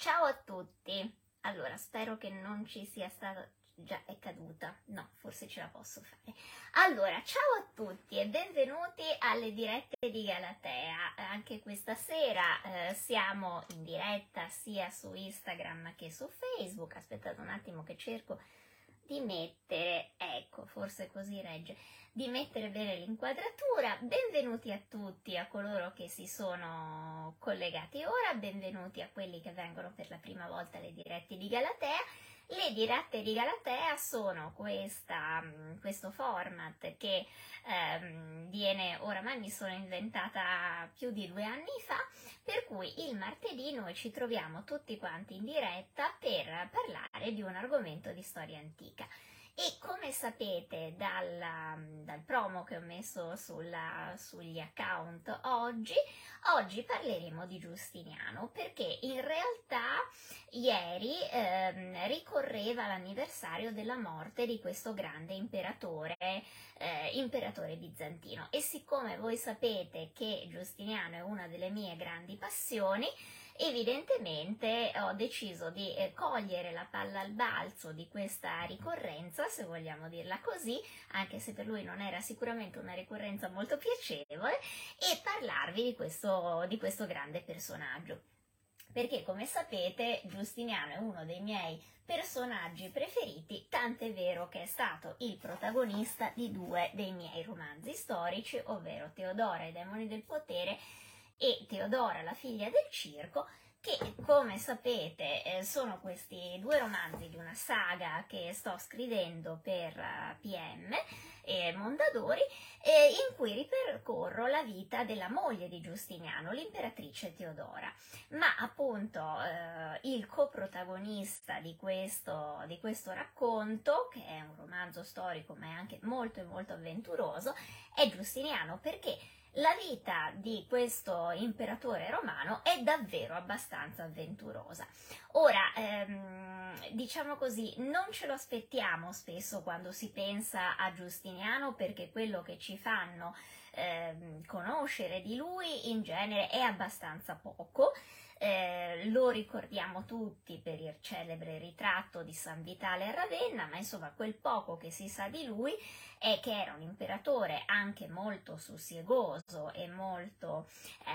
Ciao a tutti! Allora, spero che non ci sia stata... Già, è caduta? No, forse ce la posso fare. Allora, ciao a tutti e benvenuti alle dirette di Galatea. Anche questa sera siamo in diretta sia su Instagram che su Facebook. Aspettate un attimo che cerco di mettere, ecco, forse così regge, di mettere bene l'inquadratura. Benvenuti a tutti, a coloro che si sono collegati ora, benvenuti a quelli che vengono per la prima volta alle dirette di Galatea. Le dirette di Galatea sono questo format che viene, oramai mi sono inventata più di 2 anni fa, per cui il martedì noi ci troviamo tutti quanti in diretta per parlare di un argomento di storia antica. E come sapete dal promo che ho messo sugli account oggi parleremo di Giustiniano, perché in realtà ieri ricorreva l'anniversario della morte di questo grande imperatore bizantino. E siccome voi sapete che Giustiniano è una delle mie grandi passioni, evidentemente ho deciso di cogliere la palla al balzo di questa ricorrenza, se vogliamo dirla così, anche se per lui non era sicuramente una ricorrenza molto piacevole, e parlarvi di questo grande personaggio. Perché, come sapete, Giustiniano è uno dei miei personaggi preferiti, tant'è vero che è stato il protagonista di 2 dei miei romanzi storici, ovvero Teodora e i demoni del potere e Teodora, la figlia del circo, che, come sapete, sono questi 2 romanzi di una saga che sto scrivendo per PM e Mondadori, in cui ripercorro la vita della moglie di Giustiniano, l'imperatrice Teodora. Ma appunto il coprotagonista di questo racconto, che è un romanzo storico ma è anche molto molto avventuroso, è Giustiniano, perché la vita di questo imperatore romano è davvero abbastanza avventurosa. Ora, diciamo così, non ce lo aspettiamo spesso quando si pensa a Giustiniano, perché quello che ci fanno conoscere di lui in genere è abbastanza poco. Lo ricordiamo tutti per il celebre ritratto di San Vitale a Ravenna, ma insomma quel poco che si sa di lui è che era un imperatore anche molto sussiegoso e molto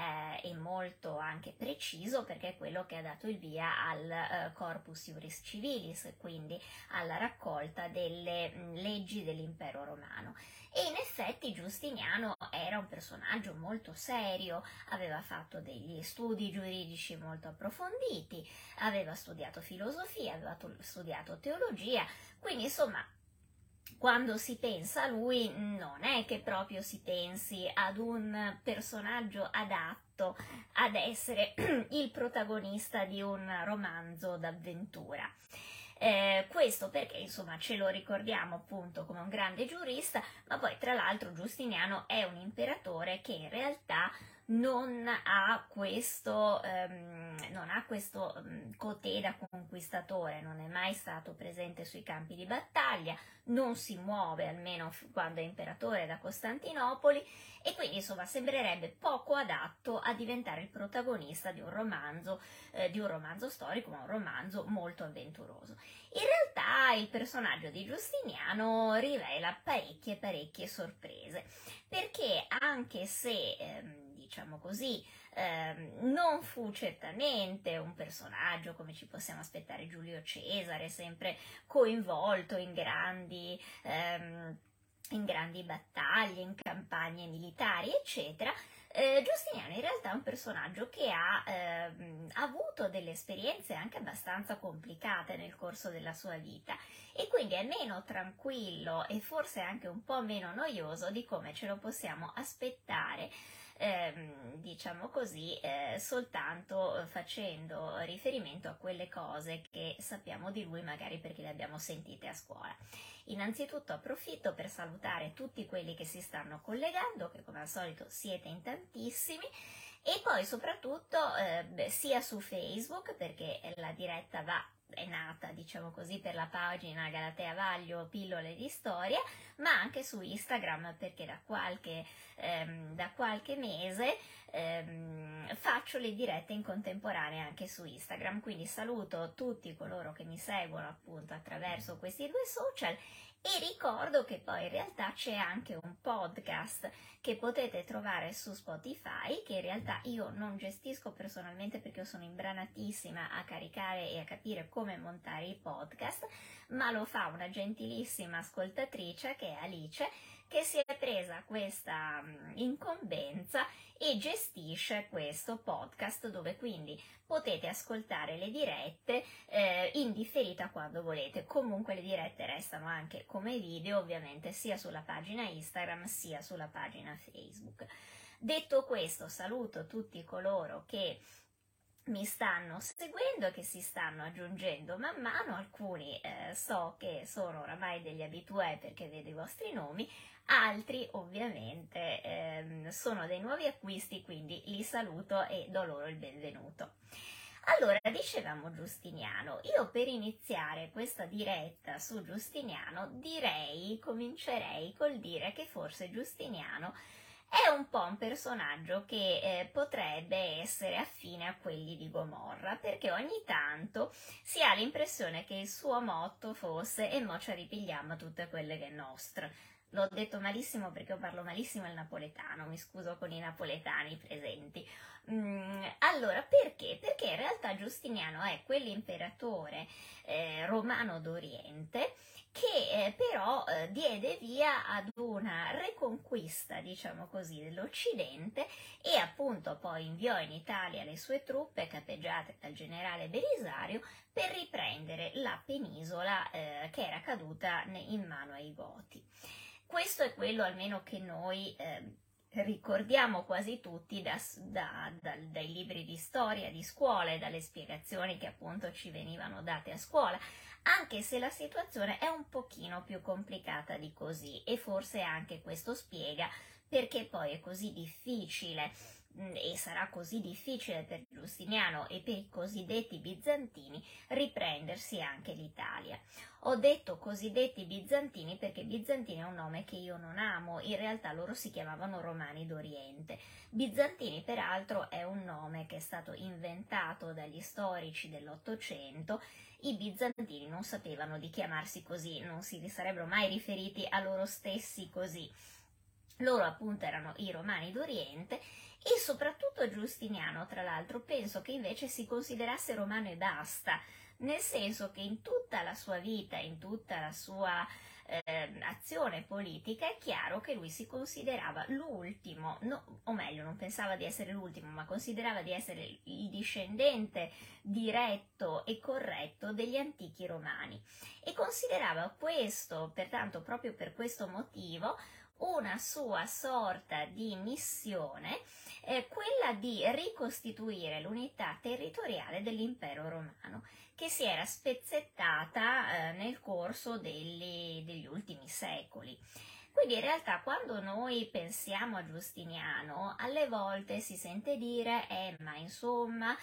anche preciso, perché è quello che ha dato il via al Corpus Iuris Civilis, quindi alla raccolta delle leggi dell'impero romano. E in effetti Giustiniano era un personaggio molto serio, aveva fatto degli studi giuridici molto approfonditi, aveva studiato filosofia, aveva studiato teologia, quindi insomma quando si pensa a lui non è che proprio si pensi ad un personaggio adatto ad essere il protagonista di un romanzo d'avventura. Questo perché insomma ce lo ricordiamo appunto come un grande giurista, ma poi tra l'altro Giustiniano è un imperatore che in realtà non ha questo cotè da conquistatore, non è mai stato presente sui campi di battaglia, non si muove almeno quando è imperatore da Costantinopoli, e quindi insomma sembrerebbe poco adatto a diventare il protagonista di un romanzo storico, ma un romanzo molto avventuroso. In realtà il personaggio di Giustiniano rivela parecchie sorprese, perché anche se diciamo così, non fu certamente un personaggio come ci possiamo aspettare Giulio Cesare, sempre coinvolto in grandi battaglie, in campagne militari, eccetera. Giustiniano in realtà è un personaggio che ha avuto delle esperienze anche abbastanza complicate nel corso della sua vita, e quindi è meno tranquillo e forse anche un po' meno noioso di come ce lo possiamo aspettare, diciamo così, soltanto facendo riferimento a quelle cose che sappiamo di lui, magari perché le abbiamo sentite a scuola. Innanzitutto approfitto per salutare tutti quelli che si stanno collegando, che come al solito siete in tantissimi, e poi soprattutto sia su Facebook, perché la diretta è nata, diciamo così, per la pagina Galatea Vaglio Pillole di Storia, ma anche su Instagram, perché da qualche mese faccio le dirette in contemporanea anche su Instagram, quindi saluto tutti coloro che mi seguono appunto attraverso questi due social e ricordo che poi in realtà c'è anche un podcast che potete trovare su Spotify, che in realtà io non gestisco personalmente perché io sono imbranatissima a caricare e a capire come montare i podcast, ma lo fa una gentilissima ascoltatrice che è Alice, che si è presa questa incombenza e gestisce questo podcast, dove quindi potete ascoltare le dirette in differita quando volete. Comunque le dirette restano anche come video, ovviamente sia sulla pagina Instagram sia sulla pagina Facebook. Detto questo, saluto tutti coloro che mi stanno seguendo e che si stanno aggiungendo man mano. Alcuni so che sono oramai degli abitué perché vedo i vostri nomi, altri ovviamente sono dei nuovi acquisti, quindi li saluto e do loro il benvenuto. Allora, dicevamo Giustiniano, io per iniziare questa diretta su Giustiniano comincerei col dire che forse Giustiniano è un po' un personaggio che potrebbe essere affine a quelli di Gomorra, perché ogni tanto si ha l'impressione che il suo motto fosse «e mo ci ripigliamo tutte quelle che è nostre». L'ho detto malissimo perché io parlo malissimo il napoletano, mi scuso con i napoletani presenti. Allora, perché? Perché in realtà Giustiniano è quell'imperatore romano d'Oriente che però diede via ad una reconquista, diciamo così, dell'Occidente e appunto poi inviò in Italia le sue truppe capeggiate dal generale Belisario per riprendere la penisola che era caduta in mano ai Goti. Questo è quello almeno che noi ricordiamo quasi tutti dai libri di storia di scuola e dalle spiegazioni che appunto ci venivano date a scuola, anche se la situazione è un pochino più complicata di così e forse anche questo spiega perché poi è così difficile e sarà così difficile per Giustiniano e per i cosiddetti bizantini riprendersi anche l'Italia. Ho detto cosiddetti bizantini perché bizantini è un nome che io non amo, in realtà loro si chiamavano Romani d'Oriente. Bizantini peraltro è un nome che è stato inventato dagli storici dell'Ottocento. I bizantini non sapevano di chiamarsi così, non si sarebbero mai riferiti a loro stessi così. Loro appunto erano i Romani d'Oriente e soprattutto Giustiniano, tra l'altro, penso che invece si considerasse romano e basta, nel senso che in tutta la sua vita, in tutta la sua azione politica, è chiaro che lui si considerava l'ultimo, o meglio, non pensava di essere l'ultimo, ma considerava di essere il discendente diretto e corretto degli antichi romani e considerava questo, pertanto proprio per questo motivo, una sua sorta di missione, quella di ricostituire l'unità territoriale dell'impero romano, che si era spezzettata nel corso degli ultimi secoli. Quindi in realtà quando noi pensiamo a Giustiniano, alle volte si sente dire, ma insomma,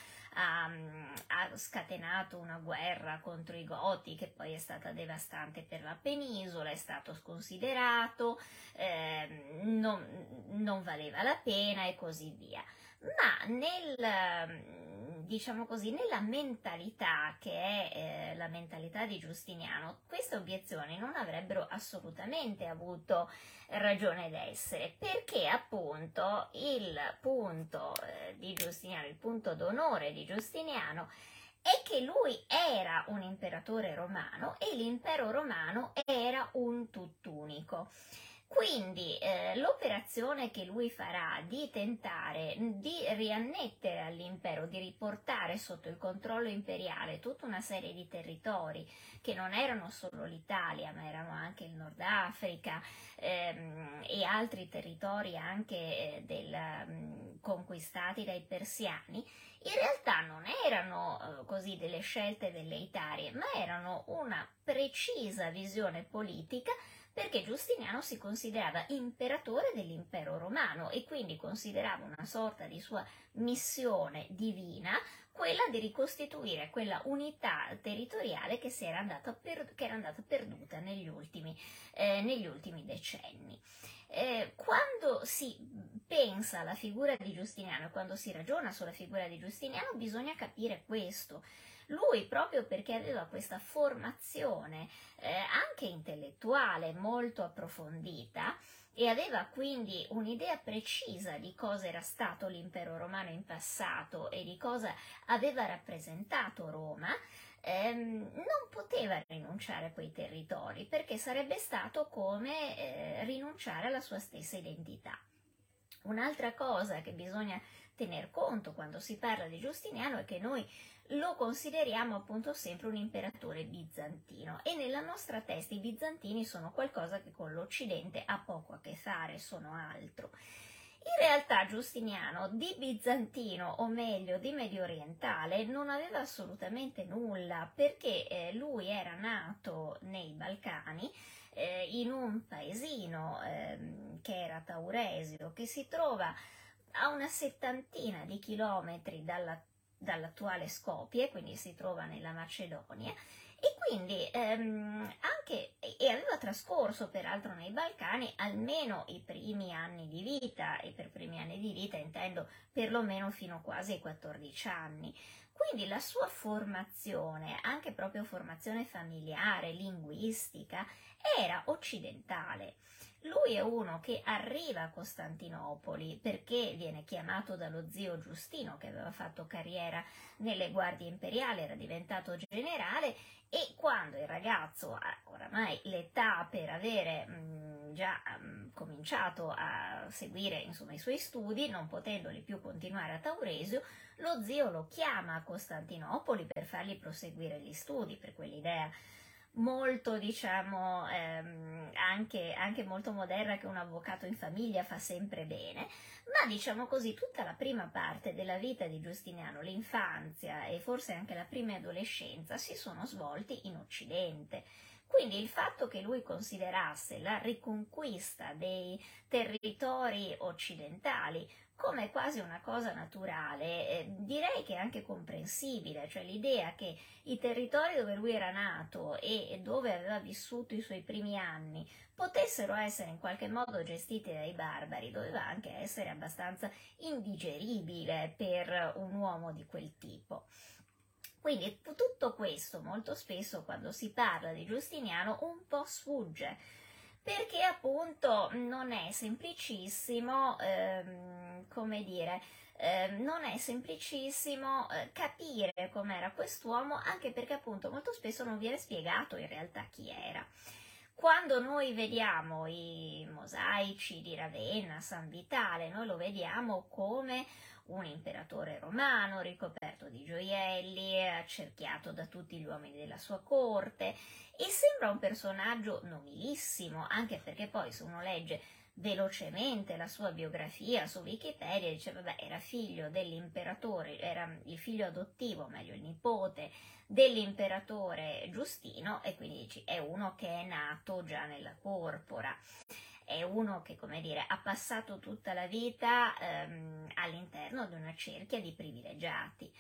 ha scatenato una guerra contro i Goti che poi è stata devastante per la penisola, è stato sconsiderato, non valeva la pena e così via. Ma diciamo così, nella mentalità che è la mentalità di Giustiniano, queste obiezioni non avrebbero assolutamente avuto ragione d'essere, perché appunto il punto di Giustiniano, il punto d'onore di Giustiniano è che lui era un imperatore romano e l'impero romano era un tutt'unico. Quindi l'operazione che lui farà di tentare di riannettere all'impero, di riportare sotto il controllo imperiale tutta una serie di territori che non erano solo l'Italia, ma erano anche il Nord Africa e altri territori anche conquistati dai persiani, in realtà non erano così delle scelte velleitarie, ma erano una precisa visione politica, perché Giustiniano si considerava imperatore dell'impero romano e quindi considerava una sorta di sua missione divina quella di ricostituire quella unità territoriale che era andata perduta negli ultimi decenni. Quando si pensa alla figura di Giustiniano, quando si ragiona sulla figura di Giustiniano, bisogna capire questo. Lui, proprio perché aveva questa formazione anche intellettuale molto approfondita, e aveva quindi un'idea precisa di cosa era stato l'impero romano in passato e di cosa aveva rappresentato Roma, non poteva rinunciare a quei territori, perché sarebbe stato come rinunciare alla sua stessa identità. Un'altra cosa che bisogna tener conto quando si parla di Giustiniano è che noi lo consideriamo appunto sempre un imperatore bizantino, e nella nostra testa i bizantini sono qualcosa che con l'Occidente ha poco a che fare, sono altro. In realtà Giustiniano di bizantino, o meglio di medio orientale, non aveva assolutamente nulla, perché lui era nato nei Balcani, in un paesino che era Tauresio, che si trova a una 70 di chilometri dall'attuale Skopje, quindi si trova nella Macedonia, e quindi e aveva trascorso peraltro nei Balcani almeno i primi anni di vita, e per primi anni di vita intendo perlomeno fino quasi ai 14 anni. Quindi la sua formazione, anche proprio formazione familiare, linguistica, era occidentale. Lui è uno che arriva a Costantinopoli perché viene chiamato dallo zio Giustino, che aveva fatto carriera nelle guardie imperiali, era diventato generale, e quando il ragazzo ha oramai l'età per avere già cominciato a seguire insomma i suoi studi, non potendoli più continuare a Tauresio, lo zio lo chiama a Costantinopoli per fargli proseguire gli studi, per quell'idea molto, diciamo, anche molto moderna, che un avvocato in famiglia fa sempre bene, ma diciamo così tutta la prima parte della vita di Giustiniano, l'infanzia e forse anche la prima adolescenza, si sono svolti in Occidente. Quindi il fatto che lui considerasse la riconquista dei territori occidentali come quasi una cosa naturale, direi che è anche comprensibile, cioè l'idea che i territori dove lui era nato e dove aveva vissuto i suoi primi anni potessero essere in qualche modo gestiti dai barbari doveva anche essere abbastanza indigeribile per un uomo di quel tipo. Quindi tutto questo molto spesso quando si parla di Giustiniano un po' sfugge, perché appunto non è semplicissimo, come dire, non è semplicissimo capire com'era quest'uomo, anche perché appunto molto spesso non viene spiegato in realtà chi era. Quando noi vediamo i mosaici di Ravenna, San Vitale, noi lo vediamo come un imperatore romano ricoperto di gioielli, accerchiato da tutti gli uomini della sua corte, e sembra un personaggio nobilissimo, anche perché poi se uno legge velocemente la sua biografia su Wikipedia dice vabbè, era figlio dell'imperatore, era il figlio adottivo, meglio il nipote dell'imperatore Giustino, e quindi dici è uno che è nato già nella porpora. È uno che, come dire, ha passato tutta la vita all'interno di una cerchia di privilegiati.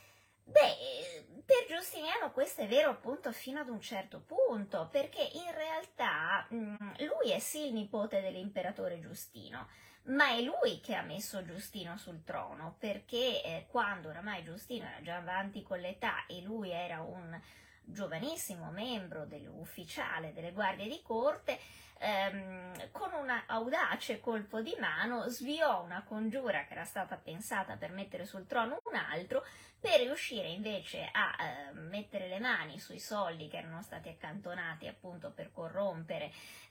Beh, per Giustiniano questo è vero appunto fino ad un certo punto, perché in realtà lui è sì il nipote dell'imperatore Giustino, ma è lui che ha messo Giustino sul trono, perché quando oramai Giustino era già avanti con l'età e lui era un giovanissimo membro ufficiale delle guardie di corte, con un audace colpo di mano sviò una congiura che era stata pensata per mettere sul trono un altro, per riuscire invece a mettere le mani sui soldi che erano stati accantonati appunto per corrompere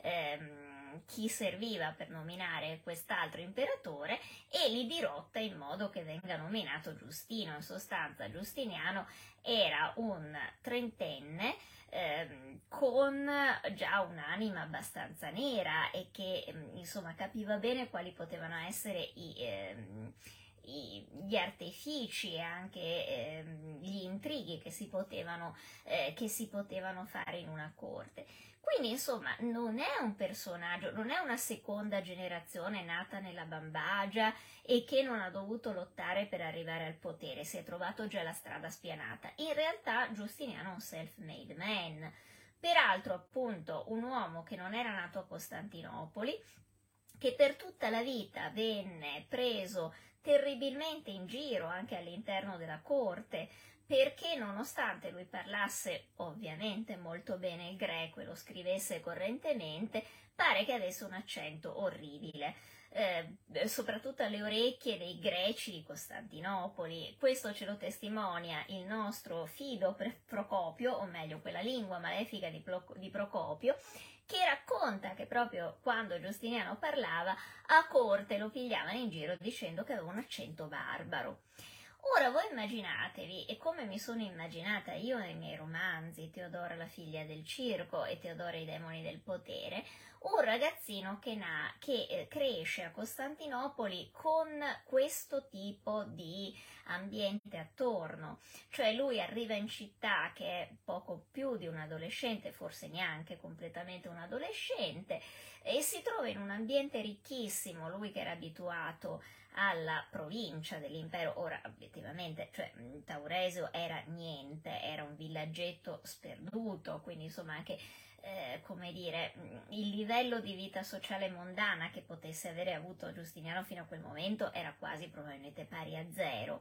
chi serviva per nominare quest'altro imperatore, e li dirotta in modo che venga nominato Giustino. In sostanza Giustiniano era un trentenne con già un'anima abbastanza nera e che insomma capiva bene quali potevano essere gli artifici e anche gli intrighi che si potevano fare in una corte. Quindi insomma non è un personaggio, non è una seconda generazione nata nella bambagia e che non ha dovuto lottare per arrivare al potere, si è trovato già la strada spianata. In realtà Giustiniano è un self-made man, peraltro appunto un uomo che non era nato a Costantinopoli, che per tutta la vita venne preso terribilmente in giro anche all'interno della corte, perché nonostante lui parlasse ovviamente molto bene il greco e lo scrivesse correntemente, pare che avesse un accento orribile, soprattutto alle orecchie dei greci di Costantinopoli. Questo ce lo testimonia il nostro Fido Procopio, o meglio quella lingua malefica di Procopio, che racconta che proprio quando Giustiniano parlava a corte lo pigliavano in giro dicendo che aveva un accento barbaro. Ora voi immaginatevi, e come mi sono immaginata io nei miei romanzi, Teodora la figlia del circo e Teodora i demoni del potere, un ragazzino che cresce a Costantinopoli con questo tipo di ambiente attorno, cioè lui arriva in città che è poco più di un adolescente, forse neanche completamente un adolescente, e si trova in un ambiente ricchissimo, lui che era abituato alla provincia dell'impero. Ora obiettivamente, cioè, Tauresio era niente, era un villaggetto sperduto, quindi insomma anche come dire, il livello di vita sociale mondana che potesse avere avuto Giustiniano fino a quel momento era quasi probabilmente pari a zero.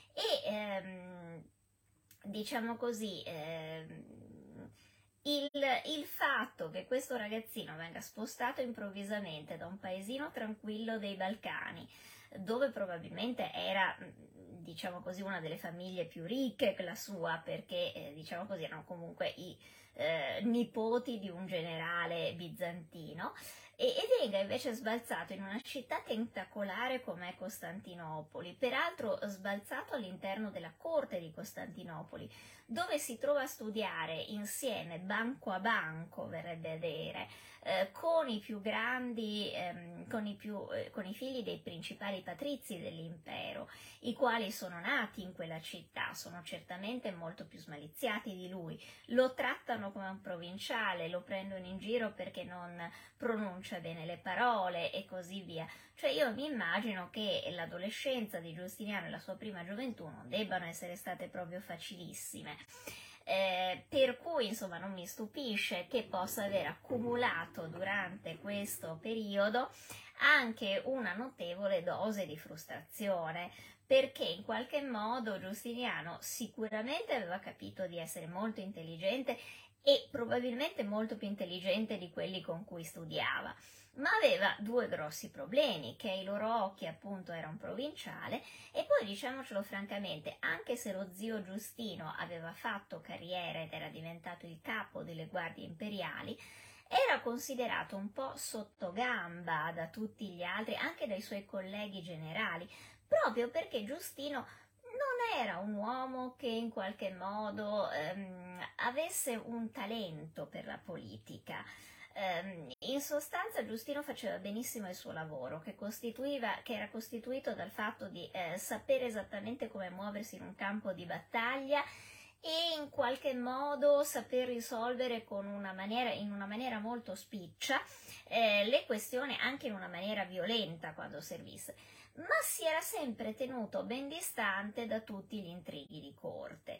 E diciamo così, il fatto che questo ragazzino venga spostato improvvisamente da un paesino tranquillo dei Balcani, dove probabilmente era, diciamo così, una delle famiglie più ricche che la sua, perché diciamo così erano comunque i nipoti di un generale bizantino, e venga invece sbalzato in una città tentacolare come Costantinopoli, peraltro sbalzato all'interno della corte di Costantinopoli, dove si trova a studiare insieme, banco a banco, verrebbe a dire, con i più grandi, con i figli dei principali patrizi dell'impero, i quali sono nati in quella città, sono certamente molto più smaliziati di lui, lo trattano come un provinciale, lo prendono in giro perché non pronuncia bene le parole e così via. Cioè io mi immagino che l'adolescenza di Giustiniano e la sua prima gioventù non debbano essere state proprio facilissime. Per cui insomma non mi stupisce che possa aver accumulato durante questo periodo anche una notevole dose di frustrazione, perché in qualche modo Giustiniano sicuramente aveva capito di essere molto intelligente e probabilmente molto più intelligente di quelli con cui studiava, ma aveva due grossi problemi, che ai loro occhi appunto era un provinciale, e poi diciamocelo francamente, anche se lo zio Giustino aveva fatto carriera ed era diventato il capo delle guardie imperiali, era considerato un po' sottogamba da tutti gli altri, anche dai suoi colleghi generali, proprio perché Giustino non era un uomo che in qualche modo avesse un talento per la politica. In sostanza Giustino faceva benissimo il suo lavoro, che era costituito dal fatto di sapere esattamente come muoversi in un campo di battaglia e in qualche modo saper risolvere in una maniera molto spiccia le questioni, anche in una maniera violenta quando servisse, ma si era sempre tenuto ben distante da tutti gli intrighi di corte.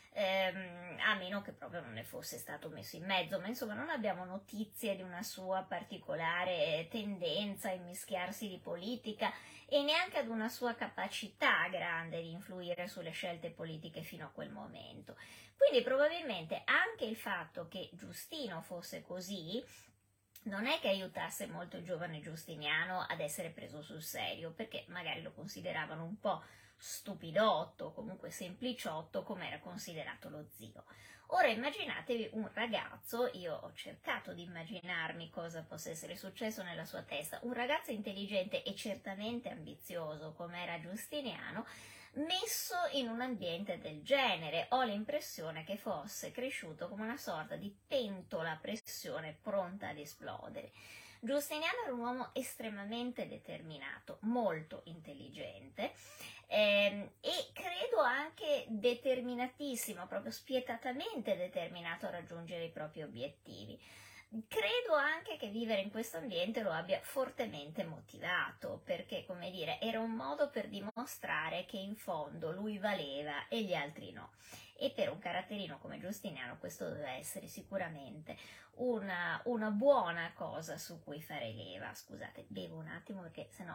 A meno che proprio non ne fosse stato messo in mezzo, ma insomma non abbiamo notizie di una sua particolare tendenza a immischiarsi di politica e neanche ad una sua capacità grande di influire sulle scelte politiche fino a quel momento. Quindi probabilmente anche il fatto che Giustino fosse così non è che aiutasse molto il giovane Giustiniano ad essere preso sul serio, perché magari lo consideravano un po' stupidotto, comunque sempliciotto, come era considerato lo zio. Ora immaginatevi un ragazzo, io ho cercato di immaginarmi cosa possa essere successo nella sua testa, un ragazzo intelligente e certamente ambizioso come era Giustiniano, messo in un ambiente del genere. Ho l'impressione che fosse cresciuto come una sorta di pentola a pressione pronta ad esplodere. Giustiniano era un uomo estremamente determinato, molto intelligente, E credo anche determinatissimo, proprio spietatamente determinato a raggiungere i propri obiettivi. Credo anche che vivere in questo ambiente lo abbia fortemente motivato, perché, come dire, era un modo per dimostrare che in fondo lui valeva e gli altri no. E per un caratterino come Giustiniano questo doveva essere sicuramente una buona cosa su cui fare leva. Scusate, bevo un attimo perché sennò...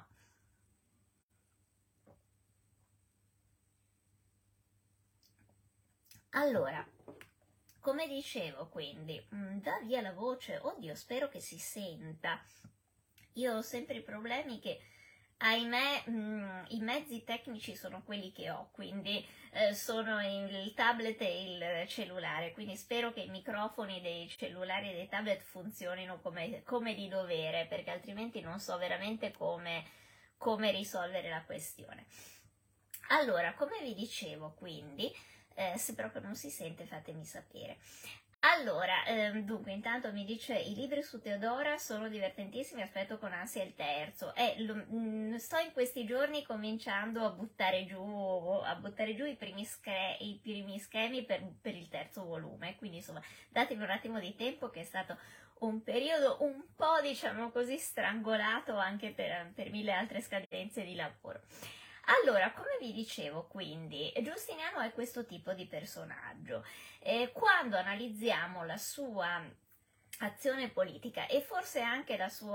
Allora, come dicevo, quindi, da via la voce, oddio, spero che si senta. Io ho sempre i problemi che, ahimè, i mezzi tecnici sono quelli che ho, quindi sono il tablet e il cellulare, quindi spero che i microfoni dei cellulari e dei tablet funzionino come di dovere, perché altrimenti non so veramente come risolvere la questione. Allora, come vi dicevo, quindi, se proprio non si sente fatemi sapere. Allora, dunque, intanto mi dice i libri su Teodora sono divertentissimi, aspetto con ansia il terzo. Sto in questi giorni cominciando a buttare giù i primi schemi per il terzo volume, quindi insomma datemi un attimo di tempo, che è stato un periodo un po', diciamo così, strangolato anche per mille altre scadenze di lavoro. Allora, come vi dicevo, quindi, Giustiniano è questo tipo di personaggio. Quando analizziamo la sua azione politica e forse anche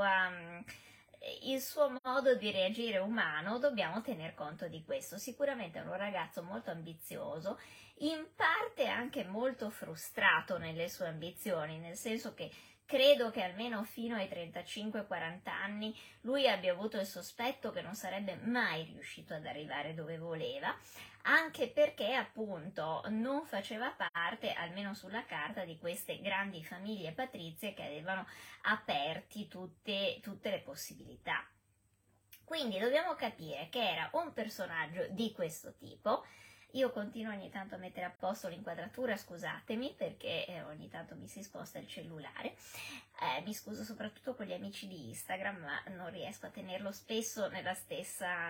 il suo modo di reagire umano, dobbiamo tener conto di questo. Sicuramente è un ragazzo molto ambizioso, in parte anche molto frustrato nelle sue ambizioni, nel senso che credo che almeno fino ai 35-40 anni lui abbia avuto il sospetto che non sarebbe mai riuscito ad arrivare dove voleva, anche perché appunto non faceva parte, almeno sulla carta, di queste grandi famiglie patrizie che avevano aperti tutte le possibilità. Quindi dobbiamo capire che era un personaggio di questo tipo. Io continuo ogni tanto a mettere a posto l'inquadratura, scusatemi, perché ogni tanto mi si sposta il cellulare. Mi scuso soprattutto con gli amici di Instagram, ma non riesco a tenerlo spesso nella stessa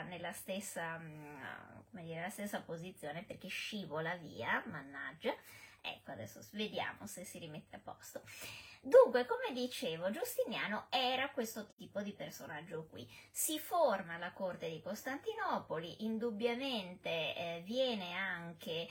posizione, perché scivola via, mannaggia. Ecco, adesso vediamo se si rimette a posto. Dunque, come dicevo, Giustiniano era questo tipo di personaggio qui. Si forma alla corte di Costantinopoli, indubbiamente viene anche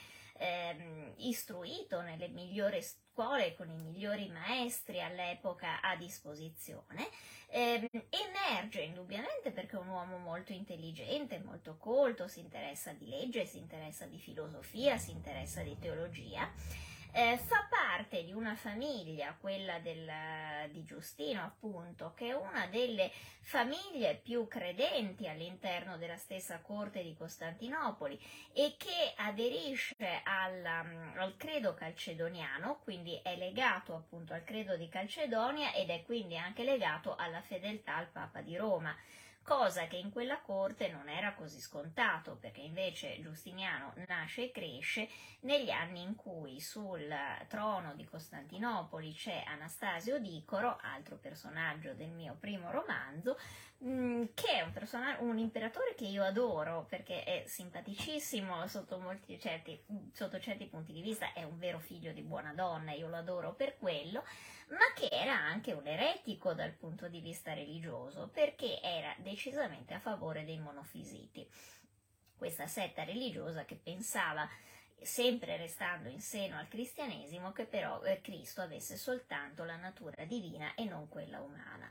istruito nelle migliori scuole con i migliori maestri all'epoca a disposizione. Emerge indubbiamente perché è un uomo molto intelligente, molto colto, si interessa di legge, si interessa di filosofia, si interessa di teologia. Fa parte di una famiglia, quella di Giustino appunto, che è una delle famiglie più credenti all'interno della stessa corte di Costantinopoli e che aderisce al credo calcedoniano, quindi è legato appunto al credo di Calcedonia ed è quindi anche legato alla fedeltà al Papa di Roma, cosa che in quella corte non era così scontato, perché invece Giustiniano nasce e cresce negli anni in cui sul trono di Costantinopoli c'è Anastasio Dicoro, altro personaggio del mio primo romanzo, che è un imperatore che io adoro perché è simpaticissimo sotto certi punti di vista, è un vero figlio di buona donna, io lo adoro per quello, ma che era anche un eretico dal punto di vista religioso, perché era decisamente a favore dei monofisiti, questa setta religiosa che pensava, sempre restando in seno al cristianesimo, che però Cristo avesse soltanto la natura divina e non quella umana.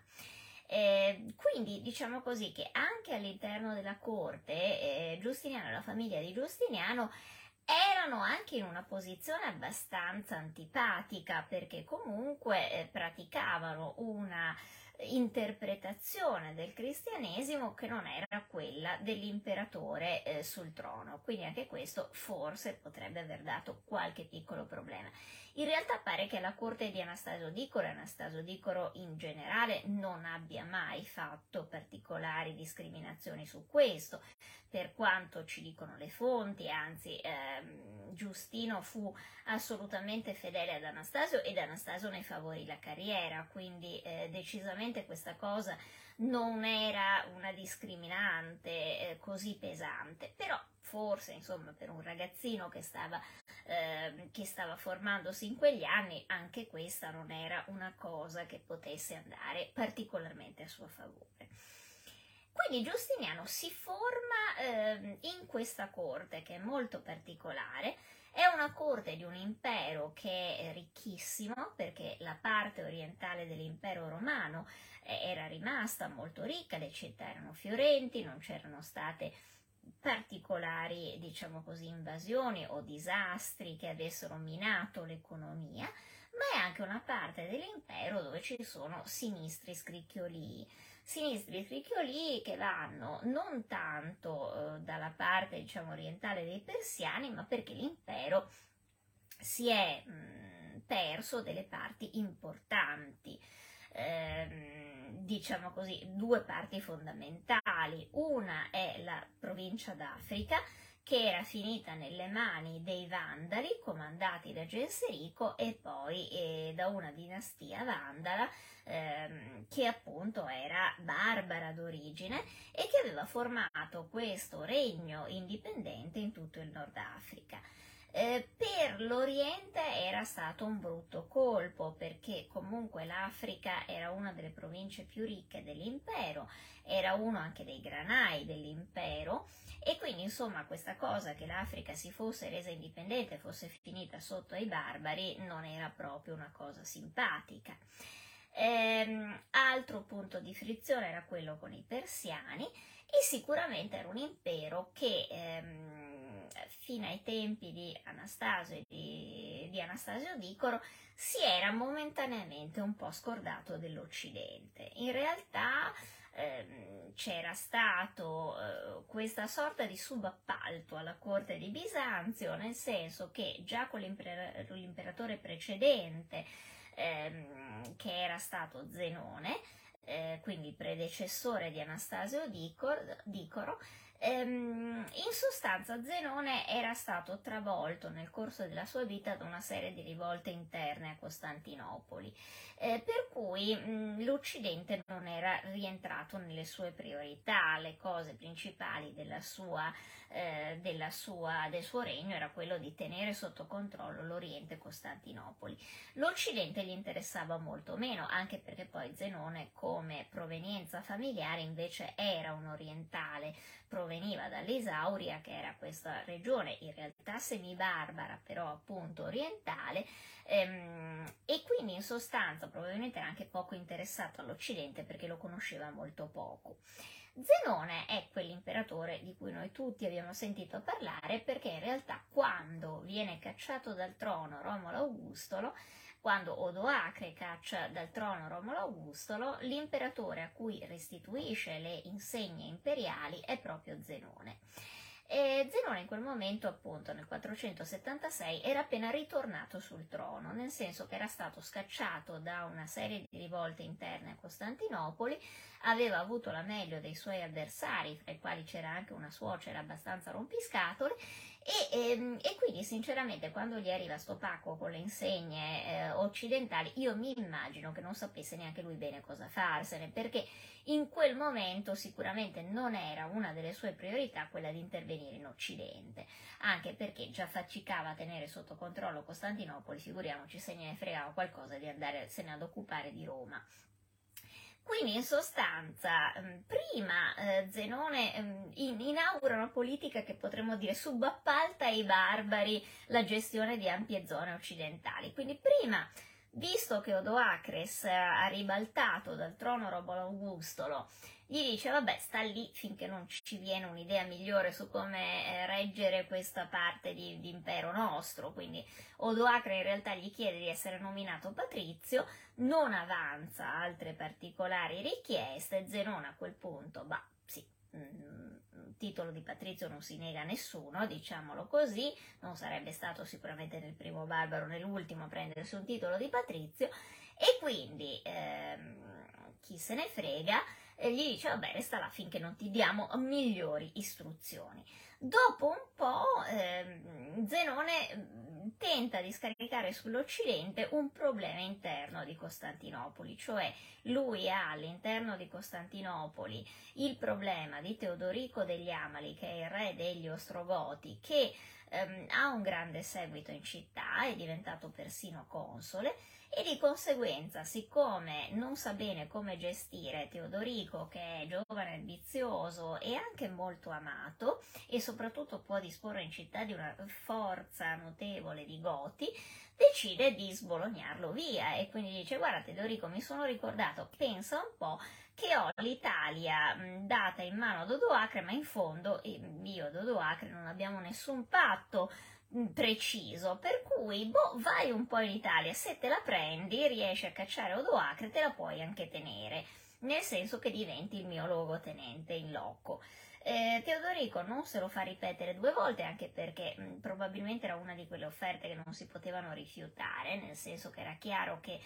Quindi diciamo così che anche all'interno della corte Giustiniano e la famiglia di Giustiniano erano anche in una posizione abbastanza antipatica, perché comunque praticavano una interpretazione del cristianesimo che non era quella dell'imperatore sul trono, quindi anche questo forse potrebbe aver dato qualche piccolo problema. In realtà pare che alla corte di Anastasio Dicoro in generale non abbia mai fatto particolari discriminazioni su questo, per quanto ci dicono le fonti, anzi Giustino fu assolutamente fedele ad Anastasio ed Anastasio ne favorì la carriera, quindi decisamente questa cosa non era una discriminante così pesante, però forse, insomma, per un ragazzino che stava formandosi in quegli anni, anche questa non era una cosa che potesse andare particolarmente a suo favore. Quindi Giustiniano si forma in questa corte che è molto particolare. È una corte di un impero che è ricchissimo, perché la parte orientale dell'impero romano era rimasta molto ricca, le città erano fiorenti, non c'erano state particolari, diciamo così, invasioni o disastri che avessero minato l'economia, ma è anche una parte dell'impero dove ci sono sinistri scricchiolii che vanno non tanto dalla parte, diciamo, orientale dei persiani, ma perché l'impero si è perso delle parti importanti, diciamo così, due parti fondamentali. Una è la provincia d'Africa, che era finita nelle mani dei Vandali, comandati da Genserico, e poi da una dinastia vandala che appunto era barbara d'origine e che aveva formato questo regno indipendente in tutto il Nord Africa. Per l'Oriente era stato un brutto colpo, perché comunque l'Africa era una delle province più ricche dell'impero, era uno anche dei granai dell'impero, e quindi insomma questa cosa che l'Africa si fosse resa indipendente, fosse finita sotto ai barbari, non era proprio una cosa simpatica. Altro punto di frizione era quello con i persiani, e sicuramente era un impero che fino ai tempi di Anastasio e di Anastasio Dicoro si era momentaneamente un po' scordato dell'Occidente. In realtà c'era stato questa sorta di subappalto alla corte di Bisanzio, nel senso che già con l'imperatore precedente, che era stato Zenone, quindi il predecessore di Anastasio Dicoro, in sostanza Zenone era stato travolto nel corso della sua vita da una serie di rivolte interne a Costantinopoli, per cui l'Occidente non era rientrato nelle sue priorità. Le cose principali del suo regno era quello di tenere sotto controllo l'Oriente e Costantinopoli. L'Occidente gli interessava molto meno, anche perché poi Zenone, come provenienza familiare, invece era un orientale, proveniva dall'Isauria, che era questa regione in realtà semibarbara, però appunto orientale, e quindi in sostanza probabilmente era anche poco interessato all'Occidente perché lo conosceva molto poco. Zenone è quell'imperatore di cui noi tutti abbiamo sentito parlare, perché in realtà quando viene cacciato dal trono Romolo Augustolo, quando Odoacre caccia dal trono Romolo Augustolo, l'imperatore a cui restituisce le insegne imperiali è proprio Zenone. E Zenone in quel momento, appunto nel 476, era appena ritornato sul trono, nel senso che era stato scacciato da una serie di rivolte interne a Costantinopoli, aveva avuto la meglio dei suoi avversari, fra i quali c'era anche una suocera abbastanza rompiscatole, e quindi sinceramente quando gli arriva sto pacco con le insegne occidentali, io mi immagino che non sapesse neanche lui bene cosa farsene, perché in quel momento sicuramente non era una delle sue priorità quella di intervenire in Occidente, anche perché già faticava a tenere sotto controllo Costantinopoli, figuriamoci se ne fregava qualcosa di andarsene ad occupare di Roma. Quindi in sostanza prima Zenone inaugura una politica che potremmo dire subappalta ai barbari la gestione di ampie zone occidentali. Quindi prima, visto che Odoacres ha ribaltato dal trono Romolo Augustolo, gli dice vabbè, sta lì finché non ci viene un'idea migliore su come reggere questa parte di impero nostro. Quindi Odoacre in realtà gli chiede di essere nominato patrizio, non avanza altre particolari richieste. Zenone a quel punto, sì, titolo di patrizio non si nega a nessuno, diciamolo così, non sarebbe stato sicuramente né il primo barbaro né l'ultimo a prendersi un titolo di patrizio, e quindi chi se ne frega, gli dice vabbè, resta là finché non ti diamo migliori istruzioni. Dopo un po' Zenone tenta di scaricare sull'Occidente un problema interno di Costantinopoli, cioè lui ha all'interno di Costantinopoli il problema di Teodorico degli Amali, che è il re degli Ostrogoti, che ha un grande seguito in città, è diventato persino console, e di conseguenza, siccome non sa bene come gestire Teodorico, che è giovane, ambizioso e anche molto amato, e soprattutto può disporre in città di una forza notevole di Goti, decide di sbolognarlo via e quindi dice: guarda Teodorico, mi sono ricordato, pensa un po' che ho l'Italia data in mano ad Odoacre, ma in fondo io ed Odoacre non abbiamo nessun patto preciso, per cui vai un po' in Italia, se te la prendi, riesci a cacciare Odoacre, te la puoi anche tenere, nel senso che diventi il mio luogotenente in loco. Teodorico non se lo fa ripetere 2 volte, anche perché probabilmente era una di quelle offerte che non si potevano rifiutare, nel senso che era chiaro che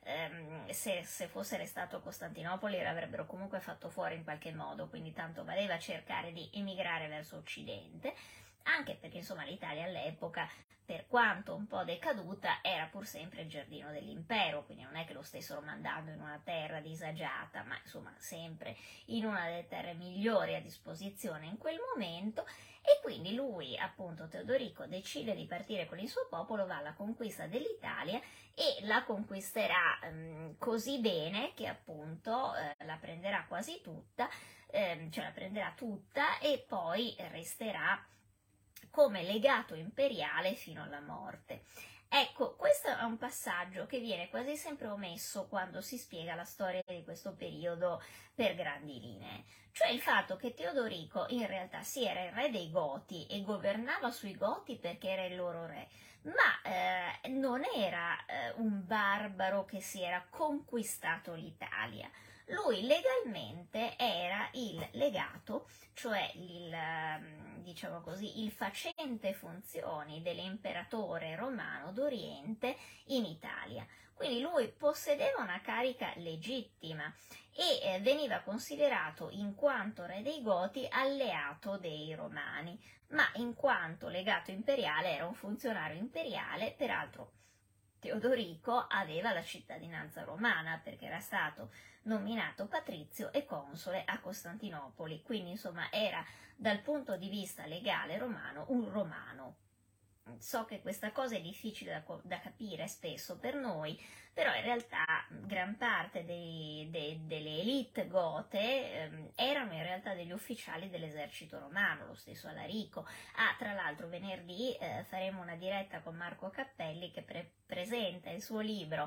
se fosse restato a Costantinopoli l'avrebbero comunque fatto fuori in qualche modo, quindi tanto valeva cercare di emigrare verso Occidente, anche perché insomma l'Italia all'epoca, per quanto un po' decaduta, era pur sempre il giardino dell'impero, quindi non è che lo stessero mandando in una terra disagiata, ma insomma sempre in una delle terre migliori a disposizione in quel momento. E quindi lui, appunto Teodorico, decide di partire con il suo popolo, va alla conquista dell'Italia e la conquisterà così bene che appunto la prenderà quasi tutta, cioè la prenderà tutta e poi resterà come legato imperiale fino alla morte. Ecco, questo è un passaggio che viene quasi sempre omesso quando si spiega la storia di questo periodo per grandi linee, cioè il fatto che Teodorico in realtà sì, era il re dei Goti e governava sui Goti perché era il loro re, ma non era un barbaro che si era conquistato l'Italia. Lui legalmente era il legato, cioè diciamo così, il facente funzioni dell'imperatore romano d'Oriente in Italia. Quindi lui possedeva una carica legittima e veniva considerato, in quanto re dei Goti, alleato dei Romani, ma in quanto legato imperiale era un funzionario imperiale. Peraltro Teodorico aveva la cittadinanza romana perché era stato nominato patrizio e console a Costantinopoli, quindi insomma era dal punto di vista legale romano un romano. So che questa cosa è difficile da capire spesso per noi, però in realtà gran parte delle elite gote erano in realtà degli ufficiali dell'esercito romano, lo stesso Alarico. Tra l'altro venerdì faremo una diretta con Marco Cappelli che presenta il suo libro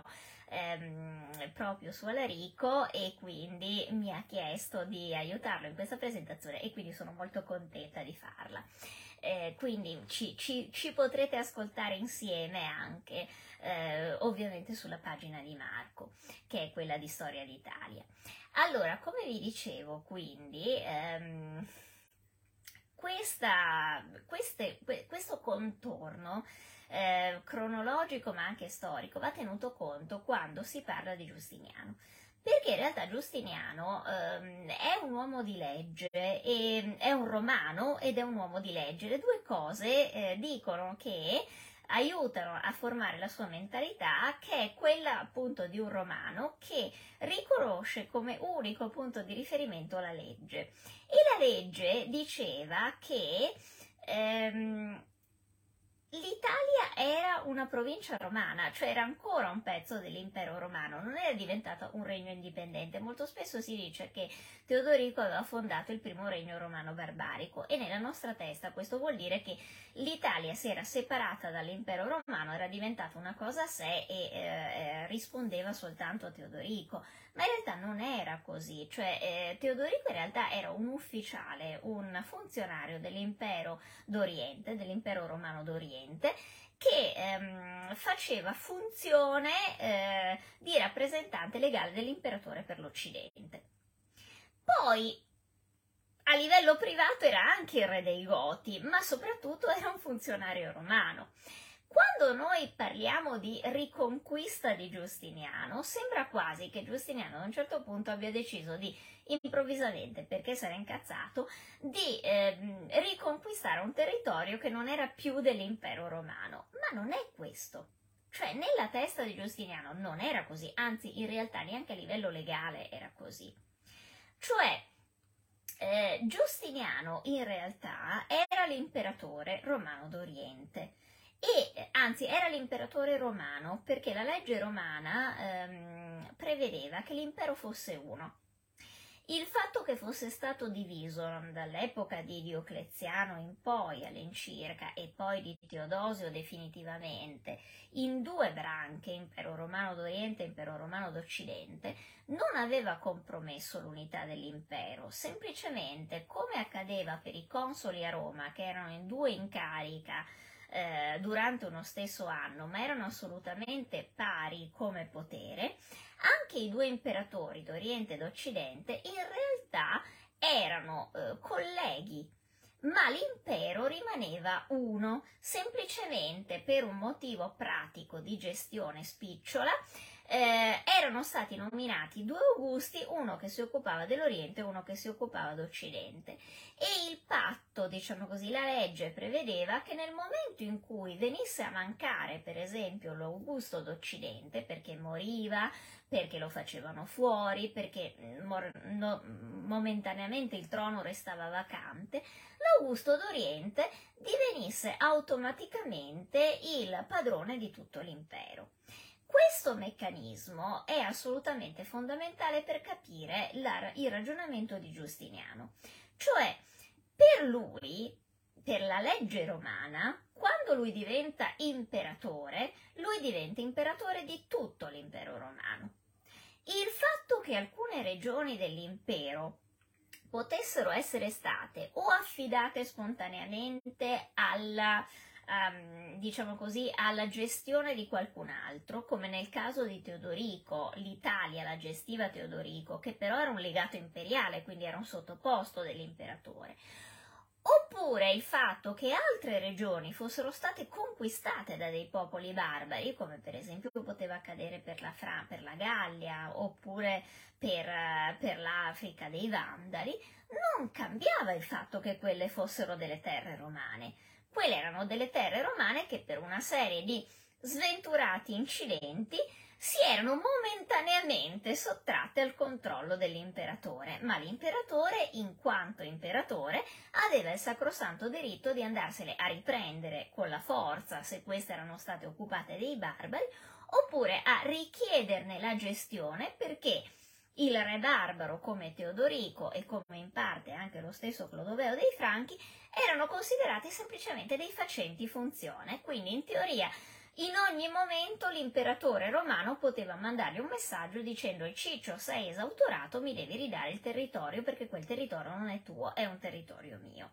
proprio su Alarico e quindi mi ha chiesto di aiutarlo in questa presentazione e quindi sono molto contenta di farla. Quindi ci potrete ascoltare insieme anche ovviamente sulla pagina di Marco, che è quella di Storia d'Italia. Allora, come vi dicevo, quindi questo contorno cronologico ma anche storico va tenuto conto quando si parla di Giustiniano, perché in realtà Giustiniano è un uomo di legge, è un romano ed è un uomo di legge. Le 2 cose dicono che aiutano a formare la sua mentalità, che è quella appunto di un romano che riconosce come unico punto di riferimento la legge. E la legge diceva che l'Italia era una provincia romana, cioè era ancora un pezzo dell'impero romano, non era diventata un regno indipendente. Molto spesso si dice che Teodorico aveva fondato il primo regno romano barbarico e nella nostra testa questo vuol dire che l'Italia si era separata dall'impero romano, era diventata una cosa a sé e rispondeva soltanto a Teodorico. Ma in realtà non era così, cioè Teodorico in realtà era un ufficiale, un funzionario dell'impero d'Oriente, dell'impero romano d'Oriente, che faceva funzione di rappresentante legale dell'imperatore per l'Occidente. Poi a livello privato era anche il re dei Goti, ma soprattutto era un funzionario romano. Quando noi parliamo di riconquista di Giustiniano, sembra quasi che Giustiniano a un certo punto abbia deciso di, improvvisamente, perché si era incazzato, di riconquistare un territorio che non era più dell'impero romano. Ma non è questo. Cioè, nella testa di Giustiniano non era così, anzi, in realtà neanche a livello legale era così. Cioè, Giustiniano in realtà era l'imperatore romano d'Oriente e anzi era l'imperatore romano perché la legge romana prevedeva che l'impero fosse uno. Il fatto che fosse stato diviso dall'epoca di Diocleziano in poi all'incirca e poi di Teodosio definitivamente in due branche, impero romano d'Oriente e impero romano d'Occidente, non aveva compromesso l'unità dell'impero, semplicemente come accadeva per i consoli a Roma che erano in due in carica durante uno stesso anno, ma erano assolutamente pari come potere, anche i due imperatori d'Oriente e d'Occidente in realtà erano colleghi, ma l'impero rimaneva uno, semplicemente per un motivo pratico di gestione spicciola. Erano stati nominati due Augusti, uno che si occupava dell'Oriente e uno che si occupava d'Occidente. E il patto, diciamo così, la legge prevedeva che nel momento in cui venisse a mancare, per esempio, l'Augusto d'Occidente, perché moriva, perché lo facevano fuori, perché momentaneamente il trono restava vacante, l'Augusto d'Oriente divenisse automaticamente il padrone di tutto l'impero. Questo meccanismo è assolutamente fondamentale per capire il ragionamento di Giustiniano. Cioè, per lui, per la legge romana, quando lui diventa imperatore di tutto l'impero romano. Il fatto che alcune regioni dell'impero potessero essere state o affidate spontaneamente alla diciamo così, alla gestione di qualcun altro, come nel caso di Teodorico, l'Italia la gestiva Teodorico, che però era un legato imperiale, quindi era un sottoposto dell'imperatore. Oppure il fatto che altre regioni fossero state conquistate da dei popoli barbari, come per esempio poteva accadere per la Gallia oppure per l'Africa dei Vandali, non cambiava il fatto che quelle fossero delle terre romane. Quelle erano delle terre romane che per una serie di sventurati incidenti si erano momentaneamente sottratte al controllo dell'imperatore, ma l'imperatore, in quanto imperatore, aveva il sacrosanto diritto di andarsele a riprendere con la forza se queste erano state occupate dai barbari, oppure a richiederne la gestione perché il re barbaro come Teodorico e come in parte anche lo stesso Clodoveo dei Franchi erano considerati semplicemente dei facenti funzione, quindi in teoria in ogni momento l'imperatore romano poteva mandargli un messaggio dicendo: Ciccio, sei esautorato, mi devi ridare il territorio perché quel territorio non è tuo, è un territorio mio.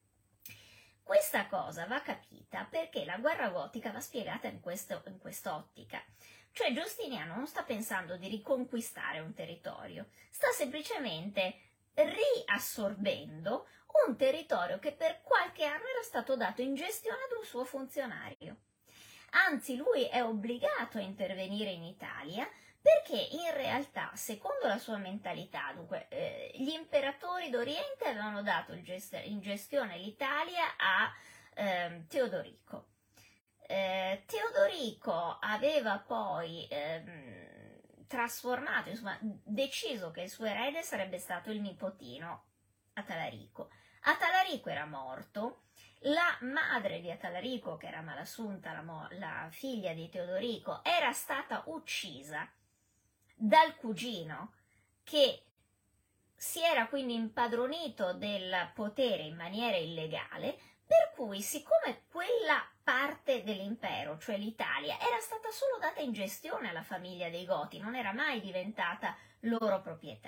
Questa cosa va capita perché la guerra gotica va spiegata in quest'ottica. Cioè Giustiniano non sta pensando di riconquistare un territorio, sta semplicemente riassorbendo un territorio che per qualche anno era stato dato in gestione ad un suo funzionario. Anzi, lui è obbligato a intervenire in Italia perché in realtà, secondo la sua mentalità, dunque, gli imperatori d'Oriente avevano dato in gestione l'Italia a Teodorico. Teodorico aveva poi trasformato, insomma, deciso che il suo erede sarebbe stato il nipotino Atalarico. Atalarico era morto, la madre di Atalarico, che era Malasunta, la figlia di Teodorico, era stata uccisa dal cugino che si era quindi impadronito del potere in maniera illegale, per cui siccome quella parte dell'impero, cioè l'Italia, era stata solo data in gestione alla famiglia dei Goti, non era mai diventata loro proprietà,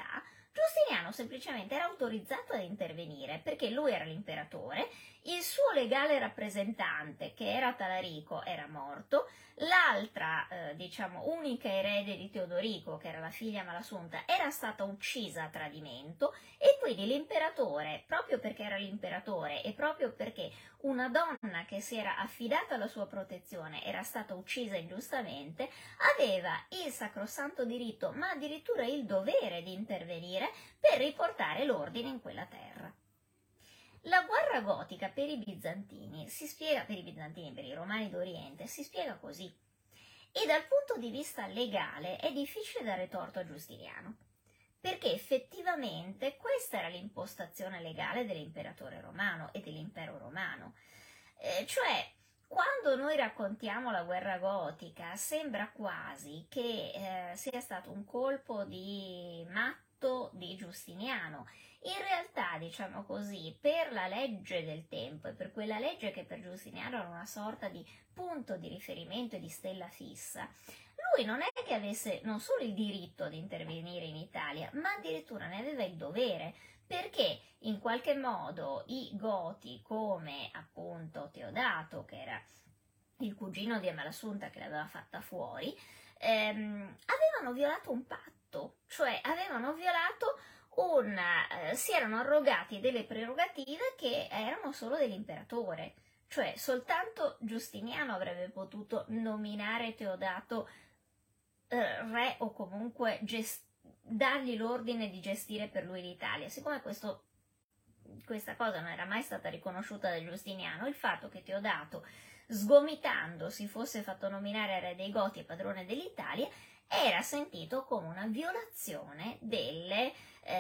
Giustiniano semplicemente era autorizzato ad intervenire perché lui era l'imperatore, il suo legale rappresentante, che era Talarico, era morto, l'altra, unica erede di Teodorico, che era la figlia Malasunta, era stata uccisa a tradimento, e quindi l'imperatore, proprio perché era l'imperatore e proprio perché una donna che si era affidata alla sua protezione era stata uccisa ingiustamente, aveva il sacrosanto diritto, ma addirittura il dovere di intervenire per riportare l'ordine in quella terra. La guerra gotica per i bizantini si spiega, per i romani d'Oriente, si spiega così. E dal punto di vista legale è difficile dare torto a Giustiniano, perché effettivamente questa era l'impostazione legale dell'imperatore romano e dell'impero romano. Cioè, quando noi raccontiamo la guerra gotica, sembra quasi che sia stato un colpo di matto di Giustiniano. In realtà, diciamo così, per la legge del tempo e per quella legge che per Giustiniano era una sorta di punto di riferimento e di stella fissa, lui non è che avesse non solo il diritto di intervenire in Italia, ma addirittura ne aveva il dovere, perché in qualche modo i Goti, come appunto Teodato, che era il cugino di Amalasuntha che l'aveva fatta fuori, avevano violato un patto, cioè avevano violato si erano arrogati delle prerogative che erano solo dell'imperatore, cioè soltanto Giustiniano avrebbe potuto nominare Teodato re o comunque dargli l'ordine di gestire per lui l'Italia. Siccome questa cosa non era mai stata riconosciuta da Giustiniano, il fatto che Teodato, sgomitando, si fosse fatto nominare re dei Goti e padrone dell'Italia era sentito come una violazione del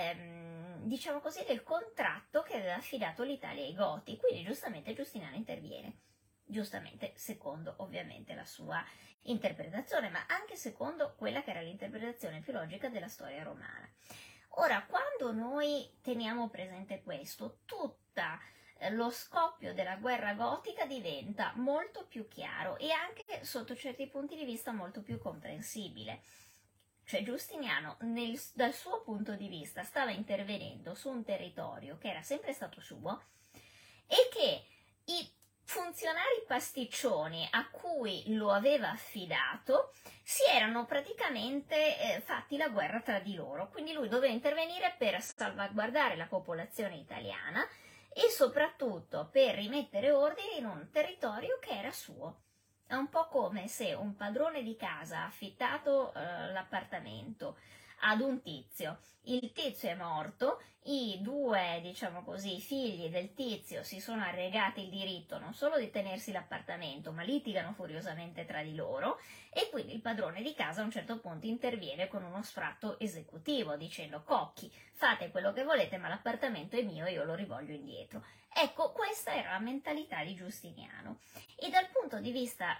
contratto che aveva affidato l'Italia ai Goti. Quindi giustamente Giustiniano interviene, giustamente secondo ovviamente la sua interpretazione, ma anche secondo quella che era l'interpretazione più logica della storia romana. Ora, quando noi teniamo presente questo, tutta lo scoppio della guerra gotica diventa molto più chiaro e anche sotto certi punti di vista molto più comprensibile. Cioè Giustiniano, dal suo punto di vista, stava intervenendo su un territorio che era sempre stato suo e che i funzionari pasticcioni a cui lo aveva affidato si erano praticamente fatti la guerra tra di loro, quindi lui doveva intervenire per salvaguardare la popolazione italiana e soprattutto per rimettere ordine in un territorio che era suo. È un po' come se un padrone di casa ha affittato l'appartamento ad un tizio, il tizio è morto, i due, figli del tizio si sono arregati il diritto non solo di tenersi l'appartamento, ma litigano furiosamente tra di loro e quindi il padrone di casa a un certo punto interviene con uno sfratto esecutivo dicendo: cocchi, fate quello che volete ma l'appartamento è mio e io lo rivoglio indietro. Ecco, questa era la mentalità di Giustiniano e dal punto di vista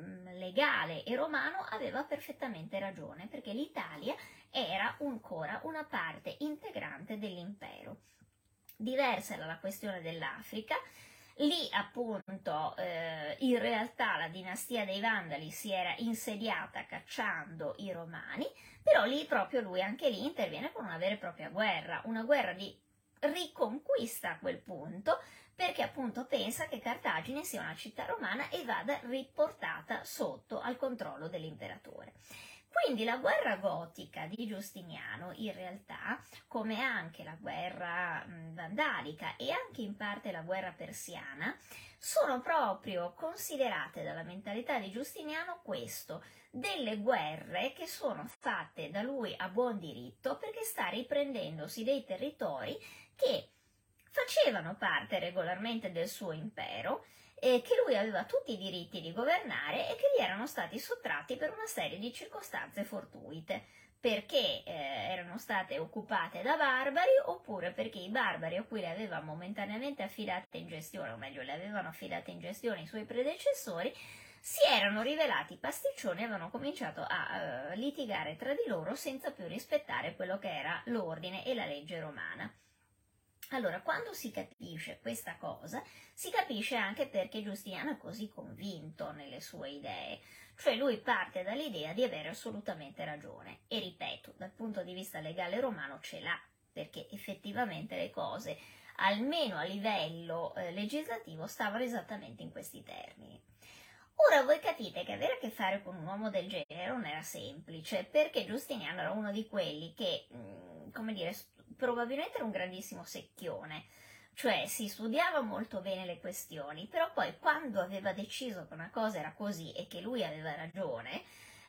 legale e romano aveva perfettamente ragione, perché l'Italia era ancora una parte integrante dell'impero. Diversa era la questione dell'Africa. Lì appunto in realtà la dinastia dei Vandali si era insediata cacciando i Romani, però lì proprio lui anche lì interviene con una vera e propria guerra, una guerra di riconquista a quel punto, perché appunto pensa che Cartagine sia una città romana e vada riportata sotto al controllo dell'imperatore. Quindi la guerra gotica di Giustiniano in realtà, come anche la guerra vandalica e anche in parte la guerra persiana, sono proprio considerate dalla mentalità di Giustiniano questo, delle guerre che sono fatte da lui a buon diritto perché sta riprendendosi dei territori che facevano parte regolarmente del suo impero, che lui aveva tutti i diritti di governare e che gli erano stati sottratti per una serie di circostanze fortuite, perché erano state occupate da barbari oppure perché i barbari a cui le aveva momentaneamente affidate in gestione, o meglio le avevano affidate in gestione i suoi predecessori, si erano rivelati pasticcioni e avevano cominciato a litigare tra di loro senza più rispettare quello che era l'ordine e la legge romana. Allora, quando si capisce questa cosa, si capisce anche perché Giustiniano è così convinto nelle sue idee, cioè lui parte dall'idea di avere assolutamente ragione e ripeto, dal punto di vista legale romano ce l'ha, perché effettivamente le cose, almeno a livello legislativo, stavano esattamente in questi termini. Ora voi capite che avere a che fare con un uomo del genere non era semplice, perché Giustiniano era uno di quelli che, come dire, probabilmente era un grandissimo secchione, cioè si studiava molto bene le questioni, però poi quando aveva deciso che una cosa era così e che lui aveva ragione,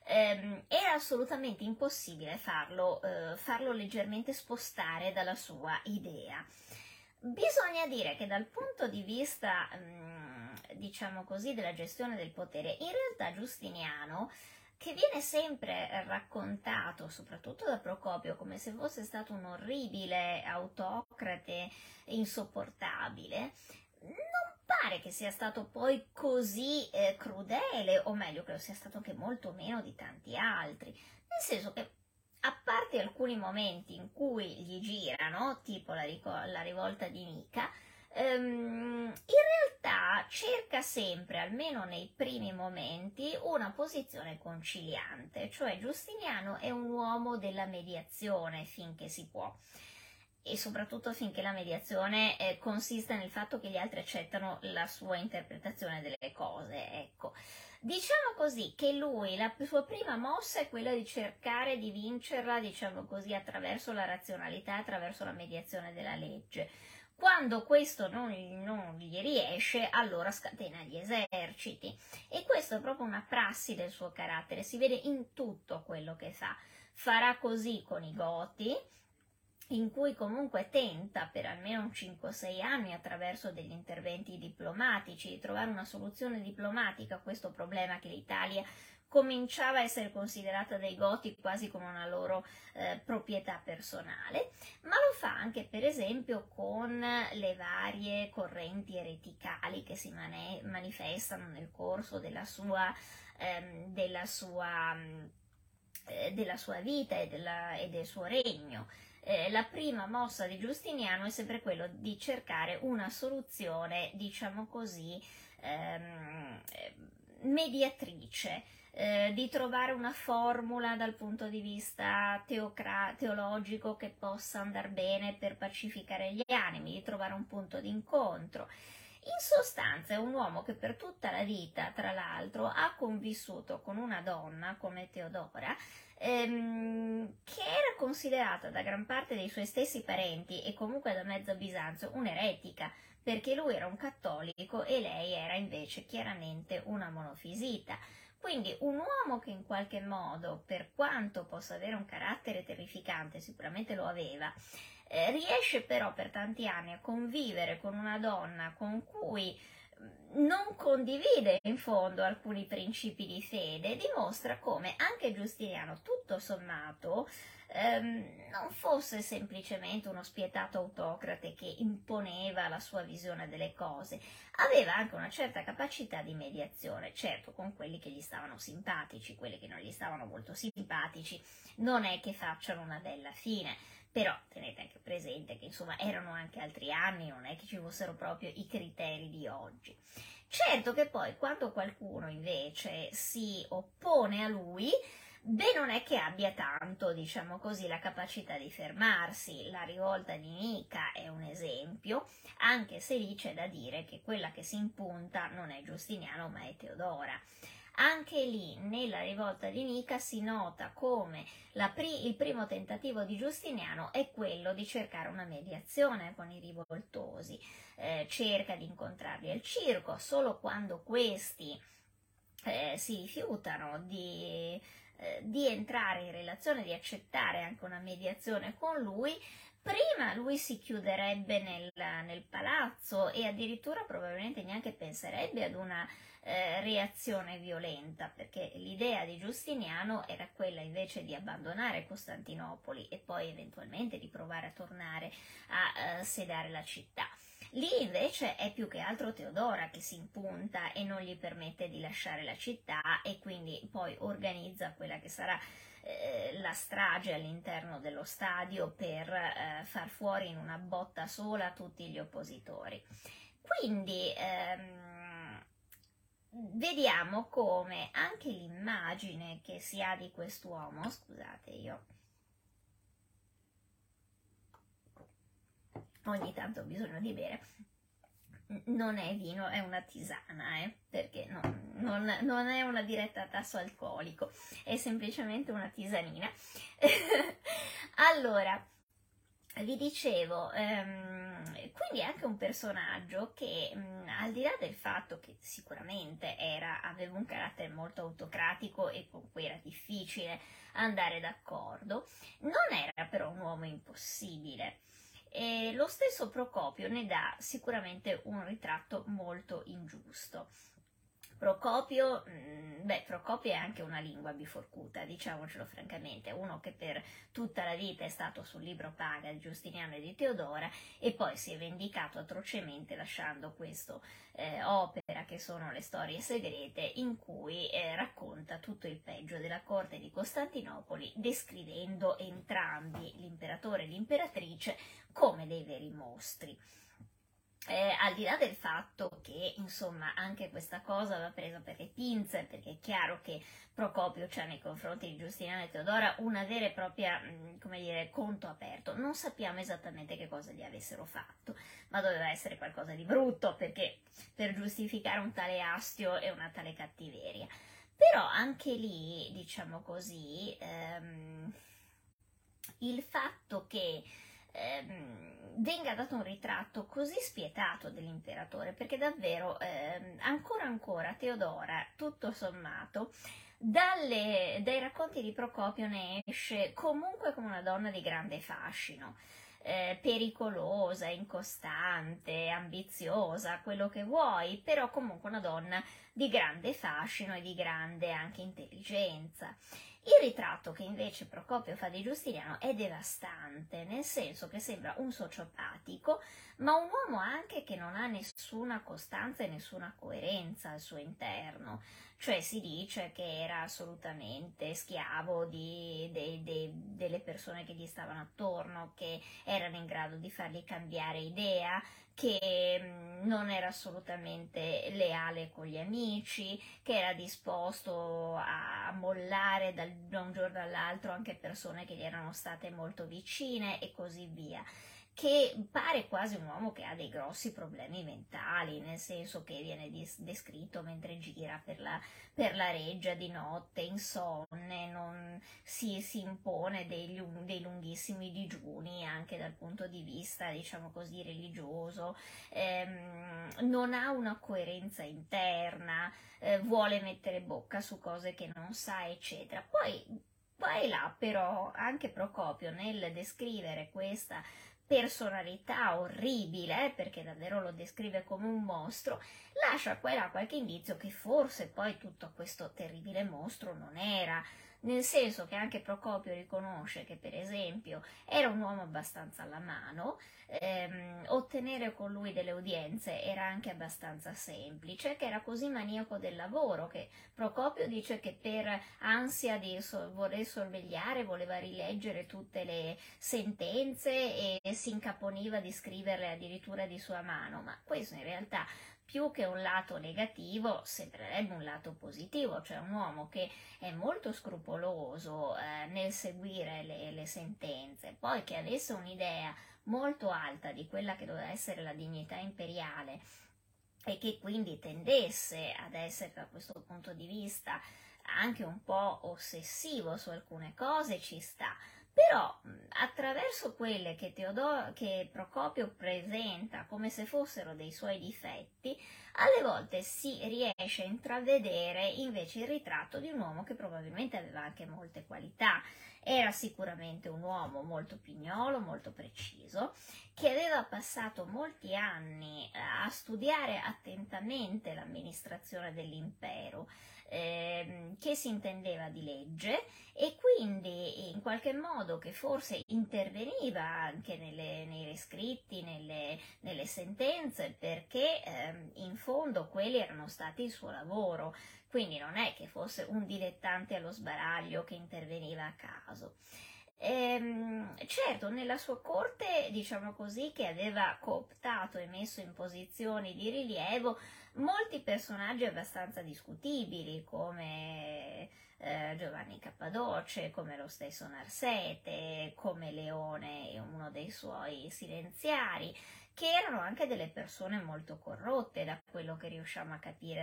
era assolutamente impossibile farlo leggermente spostare dalla sua idea. Bisogna dire che dal punto di vista, diciamo così, della gestione del potere, in realtà Giustiniano, che viene sempre raccontato, soprattutto da Procopio, come se fosse stato un orribile autocrate insopportabile, non pare che sia stato poi così crudele, o meglio, che lo sia stato anche molto meno di tanti altri, nel senso che a parte alcuni momenti in cui gli girano, tipo la rivolta di Nica, in realtà cerca sempre, almeno nei primi momenti, una posizione conciliante, cioè Giustiniano è un uomo della mediazione finché si può, e soprattutto finché la mediazione consiste nel fatto che gli altri accettano la sua interpretazione delle cose, ecco. Diciamo così che lui, la sua prima mossa è quella di cercare di vincerla, diciamo così, attraverso la razionalità, attraverso la mediazione della legge. Quando questo non gli riesce, allora scatena gli eserciti. E questo è proprio una prassi del suo carattere, si vede in tutto quello che fa. Farà così con i Goti, in cui comunque tenta per almeno 5-6 anni, attraverso degli interventi diplomatici, di trovare una soluzione diplomatica a questo problema che l'Italia cominciava a essere considerata dai Goti quasi come una loro proprietà personale, ma lo fa anche per esempio con le varie correnti ereticali che si manifestano nel corso della sua vita e del suo regno. La prima mossa di Giustiniano è sempre quello di cercare una soluzione, diciamo così, mediatrice, di trovare una formula dal punto di vista teologico che possa andare bene per pacificare gli animi, di trovare un punto di incontro. In sostanza è un uomo che per tutta la vita, tra l'altro, ha convissuto con una donna come Teodora, che era considerata da gran parte dei suoi stessi parenti e comunque da mezzo Bisanzio un'eretica, perché lui era un cattolico e lei era invece chiaramente una monofisita. Quindi un uomo che in qualche modo, per quanto possa avere un carattere terrificante, sicuramente lo aveva, riesce però per tanti anni a convivere con una donna con cui non condivide in fondo alcuni principi di fede, dimostra come anche Giustiniano, tutto sommato, non fosse semplicemente uno spietato autocrate che imponeva la sua visione delle cose, aveva anche una certa capacità di mediazione, certo con quelli che gli stavano simpatici, quelli che non gli stavano molto simpatici, non è che facciano una bella fine. Però tenete anche presente che insomma erano anche altri anni, non è che ci fossero proprio i criteri di oggi. Certo che poi quando qualcuno invece si oppone a lui, beh, non è che abbia tanto, diciamo così, la capacità di fermarsi. La rivolta di Nica è un esempio, anche se lì c'è da dire che quella che si impunta non è Giustiniano ma è Teodora. Anche lì, nella rivolta di Nica, si nota come il primo tentativo di Giustiniano è quello di cercare una mediazione con i rivoltosi. Cerca di incontrarli al circo, solo quando questi si rifiutano di entrare in relazione, di accettare anche una mediazione con lui, prima lui si chiuderebbe nel palazzo e addirittura probabilmente neanche penserebbe ad una reazione violenta, perché l'idea di Giustiniano era quella invece di abbandonare Costantinopoli e poi eventualmente di provare a tornare a sedare la città. Lì invece è più che altro Teodora che si impunta e non gli permette di lasciare la città e quindi poi organizza quella che sarà la strage all'interno dello stadio per far fuori in una botta sola tutti gli oppositori. Quindi vediamo come anche l'immagine che si ha di quest'uomo, scusate, io ogni tanto ho bisogno di bere. Non è vino, è una tisana, perché non è una diretta tasso alcolico, è semplicemente una tisanina. Allora, vi dicevo, quindi è anche un personaggio che, al di là del fatto che sicuramente aveva un carattere molto autocratico e con cui era difficile andare d'accordo, non era però un uomo impossibile. E lo stesso Procopio ne dà sicuramente un ritratto molto ingiusto. Procopio è anche una lingua biforcuta, diciamocelo francamente, uno che per tutta la vita è stato sul libro paga di Giustiniano e di Teodora e poi si è vendicato atrocemente lasciando questa opera che sono le storie segrete in cui racconta tutto il peggio della corte di Costantinopoli descrivendo entrambi, l'imperatore e l'imperatrice, come dei veri mostri. Al di là del fatto che, insomma, anche questa cosa va presa per le pinze, perché è chiaro che Procopio c'ha nei confronti di Giustiniano e Teodora una vera e propria, conto aperto. Non sappiamo esattamente che cosa gli avessero fatto, ma doveva essere qualcosa di brutto, perché per giustificare un tale astio e una tale cattiveria. Però anche lì, diciamo così, il fatto che venga dato un ritratto così spietato dell'imperatore, perché davvero ancora Teodora, tutto sommato, dai racconti di Procopio ne esce comunque come una donna di grande fascino, pericolosa, incostante, ambiziosa, quello che vuoi, però comunque una donna di grande fascino e di grande anche intelligenza. Il ritratto che invece Procopio fa di Giustiniano è devastante, nel senso che sembra un sociopatico, ma un uomo anche che non ha nessuna costanza e nessuna coerenza al suo interno. Cioè si dice che era assolutamente schiavo delle persone che gli stavano attorno, che erano in grado di fargli cambiare idea, che non era assolutamente leale con gli amici, che era disposto a mollare da un giorno all'altro anche persone che gli erano state molto vicine e così via, che pare quasi un uomo che ha dei grossi problemi mentali, nel senso che viene descritto mentre gira per la reggia di notte, insonne, si impone dei lunghissimi digiuni anche dal punto di vista, diciamo così, religioso, non ha una coerenza interna, vuole mettere bocca su cose che non sa, eccetera. Poi qua e là però anche Procopio nel descrivere questa personalità orribile, perché davvero lo descrive come un mostro, lascia qua e là qualche indizio che forse poi tutto questo terribile mostro non era, nel senso che anche Procopio riconosce che per esempio era un uomo abbastanza alla mano, ottenere con lui delle udienze era anche abbastanza semplice, che era così maniaco del lavoro che Procopio dice che per ansia di voler sorvegliare voleva rileggere tutte le sentenze e si incaponiva di scriverle addirittura di sua mano, ma questo in realtà più che un lato negativo sembrerebbe un lato positivo, cioè un uomo che è molto scrupoloso nel seguire le sentenze, poi che avesse un'idea molto alta di quella che doveva essere la dignità imperiale e che quindi tendesse ad essere da questo punto di vista anche un po' ossessivo su alcune cose, ci sta. Però attraverso quelle che Procopio presenta come se fossero dei suoi difetti, alle volte si riesce a intravedere invece il ritratto di un uomo che probabilmente aveva anche molte qualità. Era sicuramente un uomo molto pignolo, molto preciso, che aveva passato molti anni a studiare attentamente l'amministrazione dell'impero, che si intendeva di legge e quindi in qualche modo che forse interveniva anche nei rescritti, nelle sentenze, perché in fondo quelli erano stati il suo lavoro, quindi non è che fosse un dilettante allo sbaraglio che interveniva a caso. Certo, nella sua corte, diciamo così, che aveva cooptato e messo in posizioni di rilievo molti personaggi abbastanza discutibili come Giovanni Cappadoce, come lo stesso Narsete, come Leone e uno dei suoi silenziari, che erano anche delle persone molto corrotte da quello che riusciamo a capire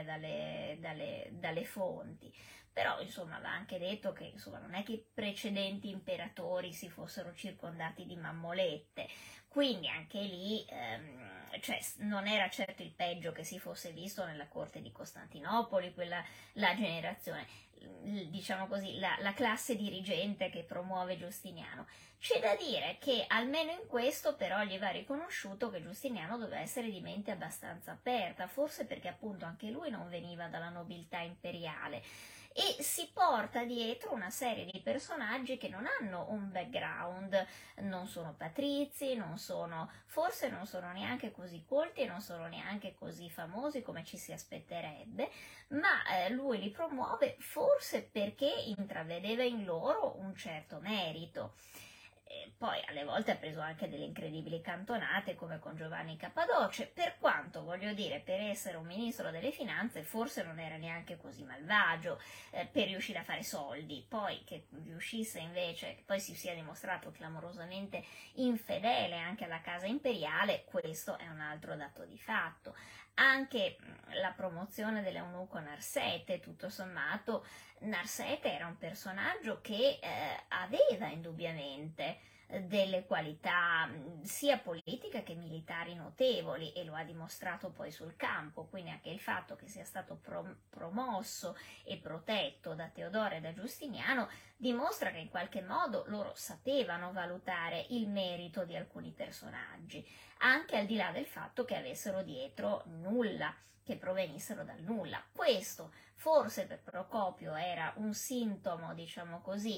dalle fonti. Però insomma va anche detto che insomma, non è che i precedenti imperatori si fossero circondati di mammolette, quindi anche lì cioè, non era certo il peggio che si fosse visto nella corte di Costantinopoli, la generazione, diciamo così, la classe dirigente che promuove Giustiniano. C'è da dire che almeno in questo però gli va riconosciuto che Giustiniano doveva essere di mente abbastanza aperta, forse perché appunto anche lui non veniva dalla nobiltà imperiale e si porta dietro una serie di personaggi che non hanno un background, non sono patrizi, forse non sono neanche così colti e non sono neanche così famosi come ci si aspetterebbe, ma lui li promuove forse perché intravedeva in loro un certo merito. Poi alle volte ha preso anche delle incredibili cantonate come con Giovanni Cappadoce, per quanto voglio dire per essere un ministro delle finanze forse non era neanche così malvagio per riuscire a fare soldi, poi che riuscisse invece, che poi si sia dimostrato clamorosamente infedele anche alla casa imperiale, questo è un altro dato di fatto. Anche la promozione dell'eunuco Narsete, tutto sommato, Narsete era un personaggio che aveva indubbiamente delle qualità sia politiche che militari notevoli e lo ha dimostrato poi sul campo, quindi anche il fatto che sia stato promosso e protetto da Teodoro e da Giustiniano dimostra che in qualche modo loro sapevano valutare il merito di alcuni personaggi, anche al di là del fatto che avessero dietro nulla, che provenissero dal nulla. Questo forse per Procopio era un sintomo, diciamo così,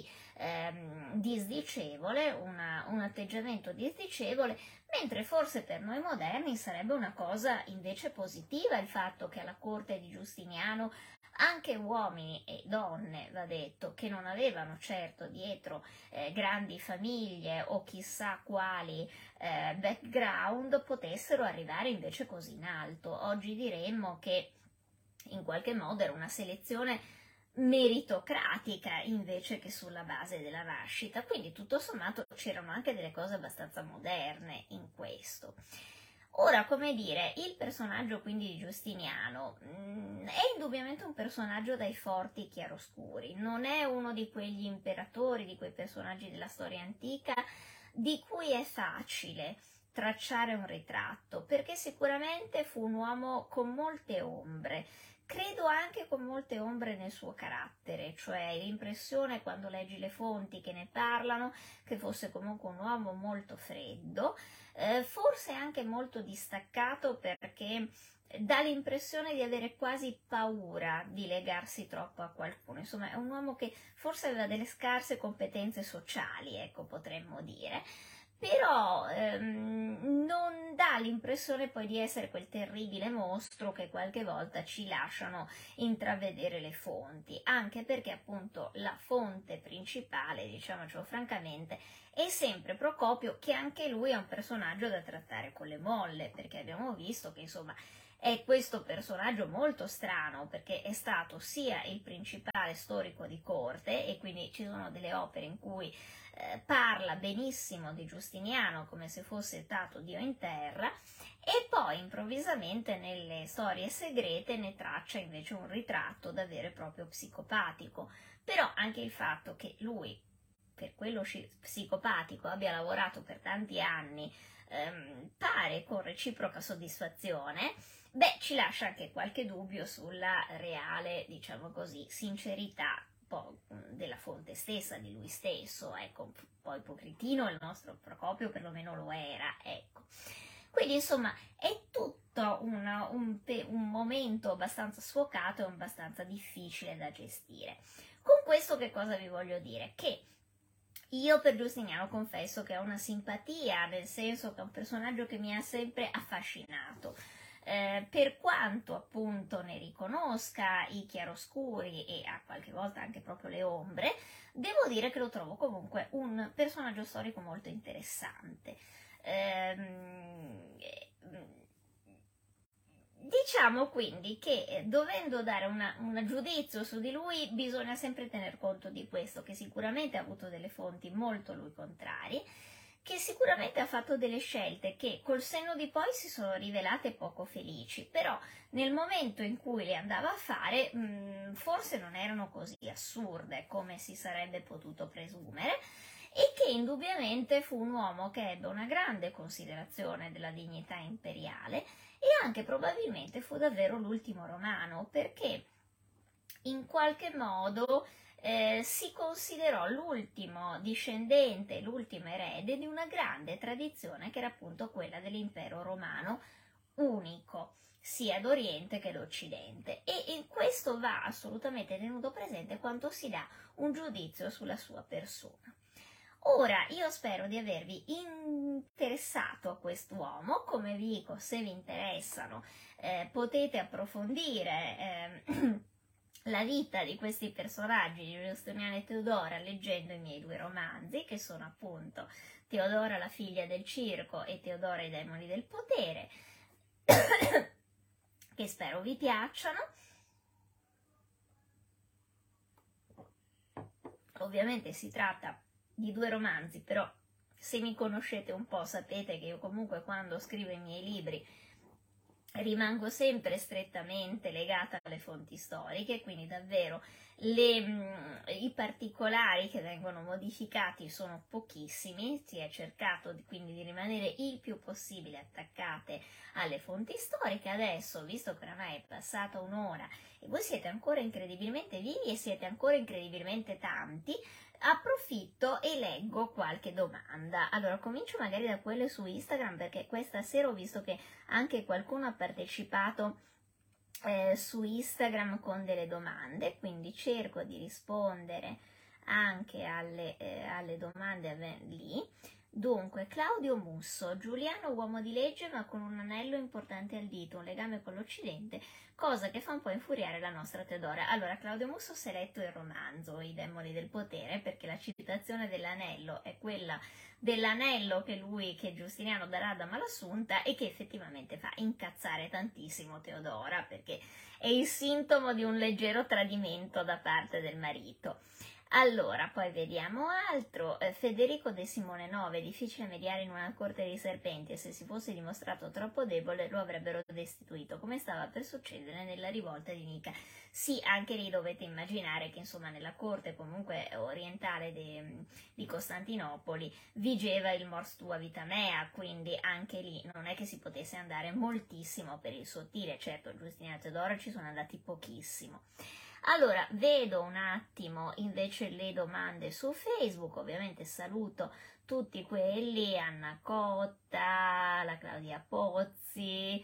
disdicevole, un atteggiamento disdicevole, mentre forse per noi moderni sarebbe una cosa invece positiva il fatto che alla corte di Giustiniano anche uomini e donne, va detto, che non avevano certo dietro grandi famiglie o chissà quali background, potessero arrivare invece così in alto. Oggi diremmo che in qualche modo era una selezione meritocratica invece che sulla base della nascita, quindi tutto sommato c'erano anche delle cose abbastanza moderne in questo. Ora, come dire, il personaggio quindi di Giustiniano è indubbiamente un personaggio dai forti chiaroscuri, non è uno di quegli imperatori, di quei personaggi della storia antica di cui è facile tracciare un ritratto, perché sicuramente fu un uomo con molte ombre, credo anche con molte ombre nel suo carattere, cioè l'impressione quando leggi le fonti che ne parlano che fosse comunque un uomo molto freddo, forse anche molto distaccato perché dà l'impressione di avere quasi paura di legarsi troppo a qualcuno, insomma è un uomo che forse aveva delle scarse competenze sociali, ecco potremmo dire, però non dà l'impressione poi di essere quel terribile mostro che qualche volta ci lasciano intravedere le fonti, anche perché appunto la fonte principale, diciamocelo francamente, è sempre Procopio, che anche lui è un personaggio da trattare con le molle, perché abbiamo visto che insomma è questo personaggio molto strano, perché è stato sia il principale storico di corte, e quindi ci sono delle opere in cui parla benissimo di Giustiniano come se fosse stato Dio in terra, e poi improvvisamente nelle storie segrete ne traccia invece un ritratto da vero e proprio psicopatico. Però anche il fatto che lui, per quello psicopatico, abbia lavorato per tanti anni, pare con reciproca soddisfazione, ci lascia anche qualche dubbio sulla reale, diciamo così, sincerità della fonte stessa, di lui stesso, ecco, poi Pocritino, il nostro Procopio perlomeno lo era, ecco. Quindi insomma è tutto un momento abbastanza sfocato e abbastanza difficile da gestire. Con questo che cosa vi voglio dire? Che io per Giustiniano confesso che ho una simpatia, nel senso che è un personaggio che mi ha sempre affascinato. Per quanto appunto ne riconosca i chiaroscuri e a qualche volta anche proprio le ombre, devo dire che lo trovo comunque un personaggio storico molto interessante. Diciamo quindi che dovendo dare un giudizio su di lui bisogna sempre tener conto di questo, che sicuramente ha avuto delle fonti molto lui contrarie, che sicuramente ha fatto delle scelte che col senno di poi si sono rivelate poco felici, però nel momento in cui le andava a fare forse non erano così assurde come si sarebbe potuto presumere, e che indubbiamente fu un uomo che ebbe una grande considerazione della dignità imperiale e anche probabilmente fu davvero l'ultimo romano, perché in qualche modo si considerò l'ultimo discendente, l'ultimo erede di una grande tradizione che era appunto quella dell'impero romano unico, sia d'Oriente che d'Occidente, e in questo va assolutamente tenuto presente quando si dà un giudizio sulla sua persona. Ora, io spero di avervi interessato a quest'uomo, come vi dico, se vi interessano potete approfondire la vita di questi personaggi di Giustiniano e Teodora leggendo i miei 2 romanzi, che sono appunto Teodora la figlia del circo e Teodora i demoni del potere, che spero vi piacciono. Ovviamente si tratta di 2 romanzi, però se mi conoscete un po' sapete che io comunque quando scrivo i miei libri rimango sempre strettamente legata alle fonti storiche, quindi davvero i particolari che vengono modificati sono pochissimi, si è cercato quindi di rimanere il più possibile attaccate alle fonti storiche. Adesso, visto che oramai è passata un'ora e voi siete ancora incredibilmente vivi e siete ancora incredibilmente tanti, approfitto e leggo qualche domanda. Allora, comincio magari da quelle su Instagram, perché questa sera ho visto che anche qualcuno ha partecipato su Instagram con delle domande, quindi cerco di rispondere anche alle domande lì. Dunque, Claudio Musso: Giuliano uomo di legge ma con un anello importante al dito, un legame con l'Occidente, cosa che fa un po' infuriare la nostra Teodora. Allora, Claudio Musso si è letto il romanzo I demoni del potere, perché la citazione dell'anello è quella dell'anello che Giustiniano darà da Malassunta e che effettivamente fa incazzare tantissimo Teodora, perché è il sintomo di un leggero tradimento da parte del marito. Allora, poi vediamo altro. Federico De Simone 9: difficile mediare in una corte di serpenti e se si fosse dimostrato troppo debole lo avrebbero destituito, come stava per succedere nella rivolta di Nica. Sì, anche lì dovete immaginare che insomma nella corte comunque orientale di Costantinopoli vigeva il mors tua vita mea, quindi anche lì non è che si potesse andare moltissimo per il sottile. Certo, Giustiniano e Teodora ci sono andati pochissimo. Allora, vedo un attimo invece le domande su Facebook, ovviamente saluto tutti quelli, Anna Cotta, la Claudia Pozzi,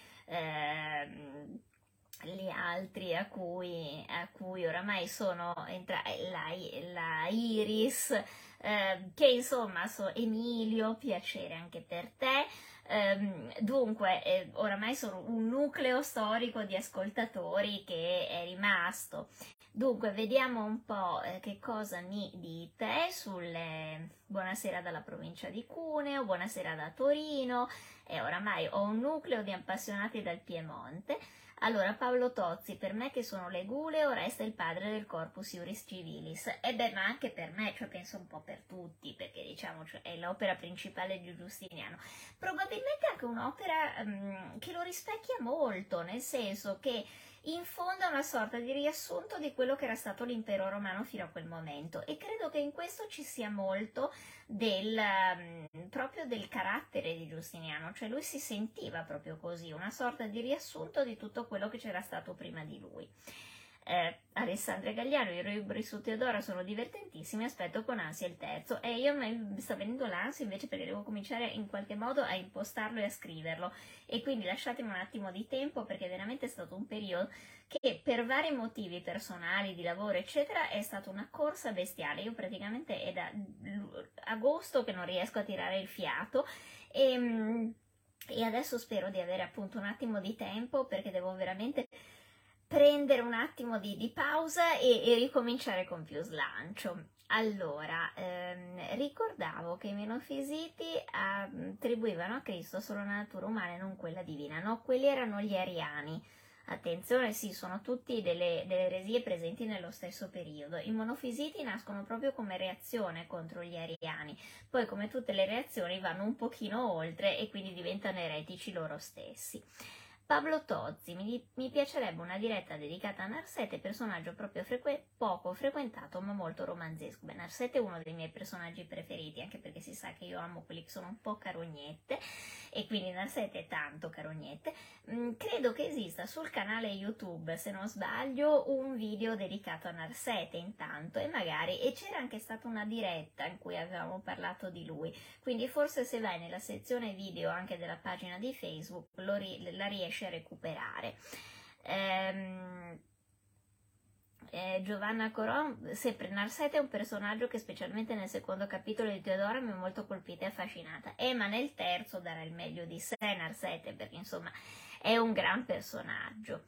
gli altri a cui oramai sono la Iris, che insomma Emilio, piacere anche per te. Dunque, oramai sono un nucleo storico di ascoltatori che è rimasto. Dunque, vediamo un po' che cosa mi dite sulle buonasera dalla provincia di Cuneo, buonasera da Torino, e oramai ho un nucleo di appassionati dal Piemonte. Allora, Paolo Tozzi: per me che sono leguleo resta il padre del Corpus Iuris Civilis. E beh, ma anche per me, cioè penso un po' per tutti, perché diciamo cioè, è l'opera principale di Giustiniano. Probabilmente anche un'opera che lo rispecchia molto, nel senso che in fondo è una sorta di riassunto di quello che era stato l'impero romano fino a quel momento, e credo che in questo ci sia molto proprio del carattere di Giustiniano, cioè lui si sentiva proprio così, una sorta di riassunto di tutto quello che c'era stato prima di lui. Alessandra Gagliano: i libri su Teodora sono divertentissimi, aspetto con ansia il terzo. E io mi sta venendo l'ansia invece, perché devo cominciare in qualche modo a impostarlo e a scriverlo, e quindi lasciatemi un attimo di tempo, perché veramente è stato un periodo che per vari motivi personali, di lavoro eccetera, è stata una corsa bestiale. Io praticamente è da agosto che non riesco a tirare il fiato, e adesso spero di avere appunto un attimo di tempo, perché devo veramente prendere un attimo di pausa e ricominciare con più slancio. Allora, ricordavo che i menofisiti attribuivano a Cristo solo la natura umana e non quella divina, no? Quelli erano gli ariani. Attenzione, sì, sono tutti delle eresie presenti nello stesso periodo. I monofisiti nascono proprio come reazione contro gli ariani, poi come tutte le reazioni vanno un pochino oltre e quindi diventano eretici loro stessi. Pablo Tozzi, mi piacerebbe una diretta dedicata a Narsete, personaggio proprio poco frequentato ma molto romanzesco. Beh, Narsete è uno dei miei personaggi preferiti, anche perché si sa che io amo quelli che sono un po' carognette, e quindi Narsete è tanto carognette. Credo che esista sul canale YouTube, se non sbaglio, un video dedicato a Narsete intanto, e c'era anche stata una diretta in cui avevamo parlato di lui, quindi forse se vai nella sezione video anche della pagina di Facebook la riesci a recuperare. Giovanna Coron, sempre Narsete è un personaggio che specialmente nel secondo capitolo di Teodora mi ha molto colpita e affascinata, ma nel terzo darà il meglio di sé Narsete, perché insomma è un gran personaggio.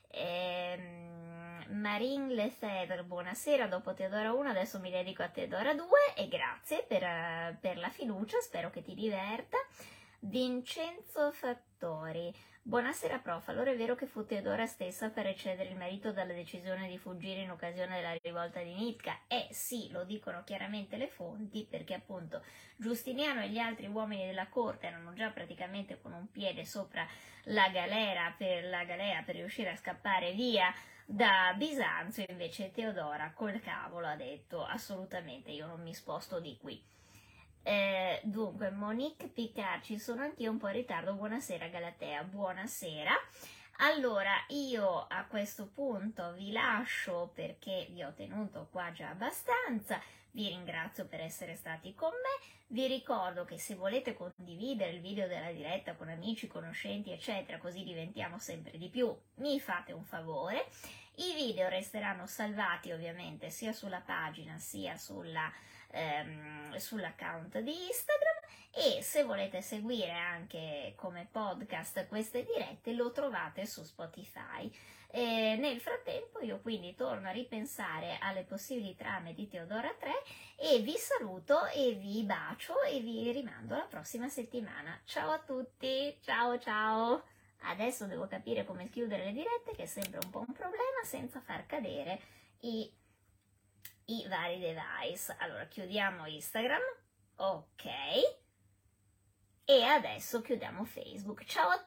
Marine Lefebvre, buonasera, dopo Teodora 1 adesso mi dedico a Teodora 2 e grazie per la fiducia, spero che ti diverta. Vincenzo Fattori, buonasera prof, allora è vero che fu Teodora stessa per recedere il marito dalla decisione di fuggire in occasione della rivolta di Nicca? Sì, lo dicono chiaramente le fonti, perché appunto Giustiniano e gli altri uomini della corte erano già praticamente con un piede sopra la galera per riuscire a scappare via da Bisanzio, invece Teodora col cavolo ha detto assolutamente io non mi sposto di qui. Dunque, Monique Picard, ci sono anch'io un po' in ritardo, buonasera Galatea, buonasera. Allora, io a questo punto vi lascio perché vi ho tenuto qua già abbastanza, vi ringrazio per essere stati con me, vi ricordo che se volete condividere il video della diretta con amici, conoscenti, eccetera, così diventiamo sempre di più, mi fate un favore. I video resteranno salvati ovviamente sia sulla pagina sia sull'account di Instagram, e se volete seguire anche come podcast queste dirette lo trovate su Spotify. Nel frattempo io quindi torno a ripensare alle possibili trame di Teodora 3 e vi saluto e vi bacio e vi rimando alla prossima settimana. Ciao a tutti, ciao ciao! Adesso devo capire come chiudere le dirette, che è sempre un po' un problema, senza far cadere i vari device. Allora chiudiamo Instagram, ok, e adesso chiudiamo Facebook. Ciao a tutti!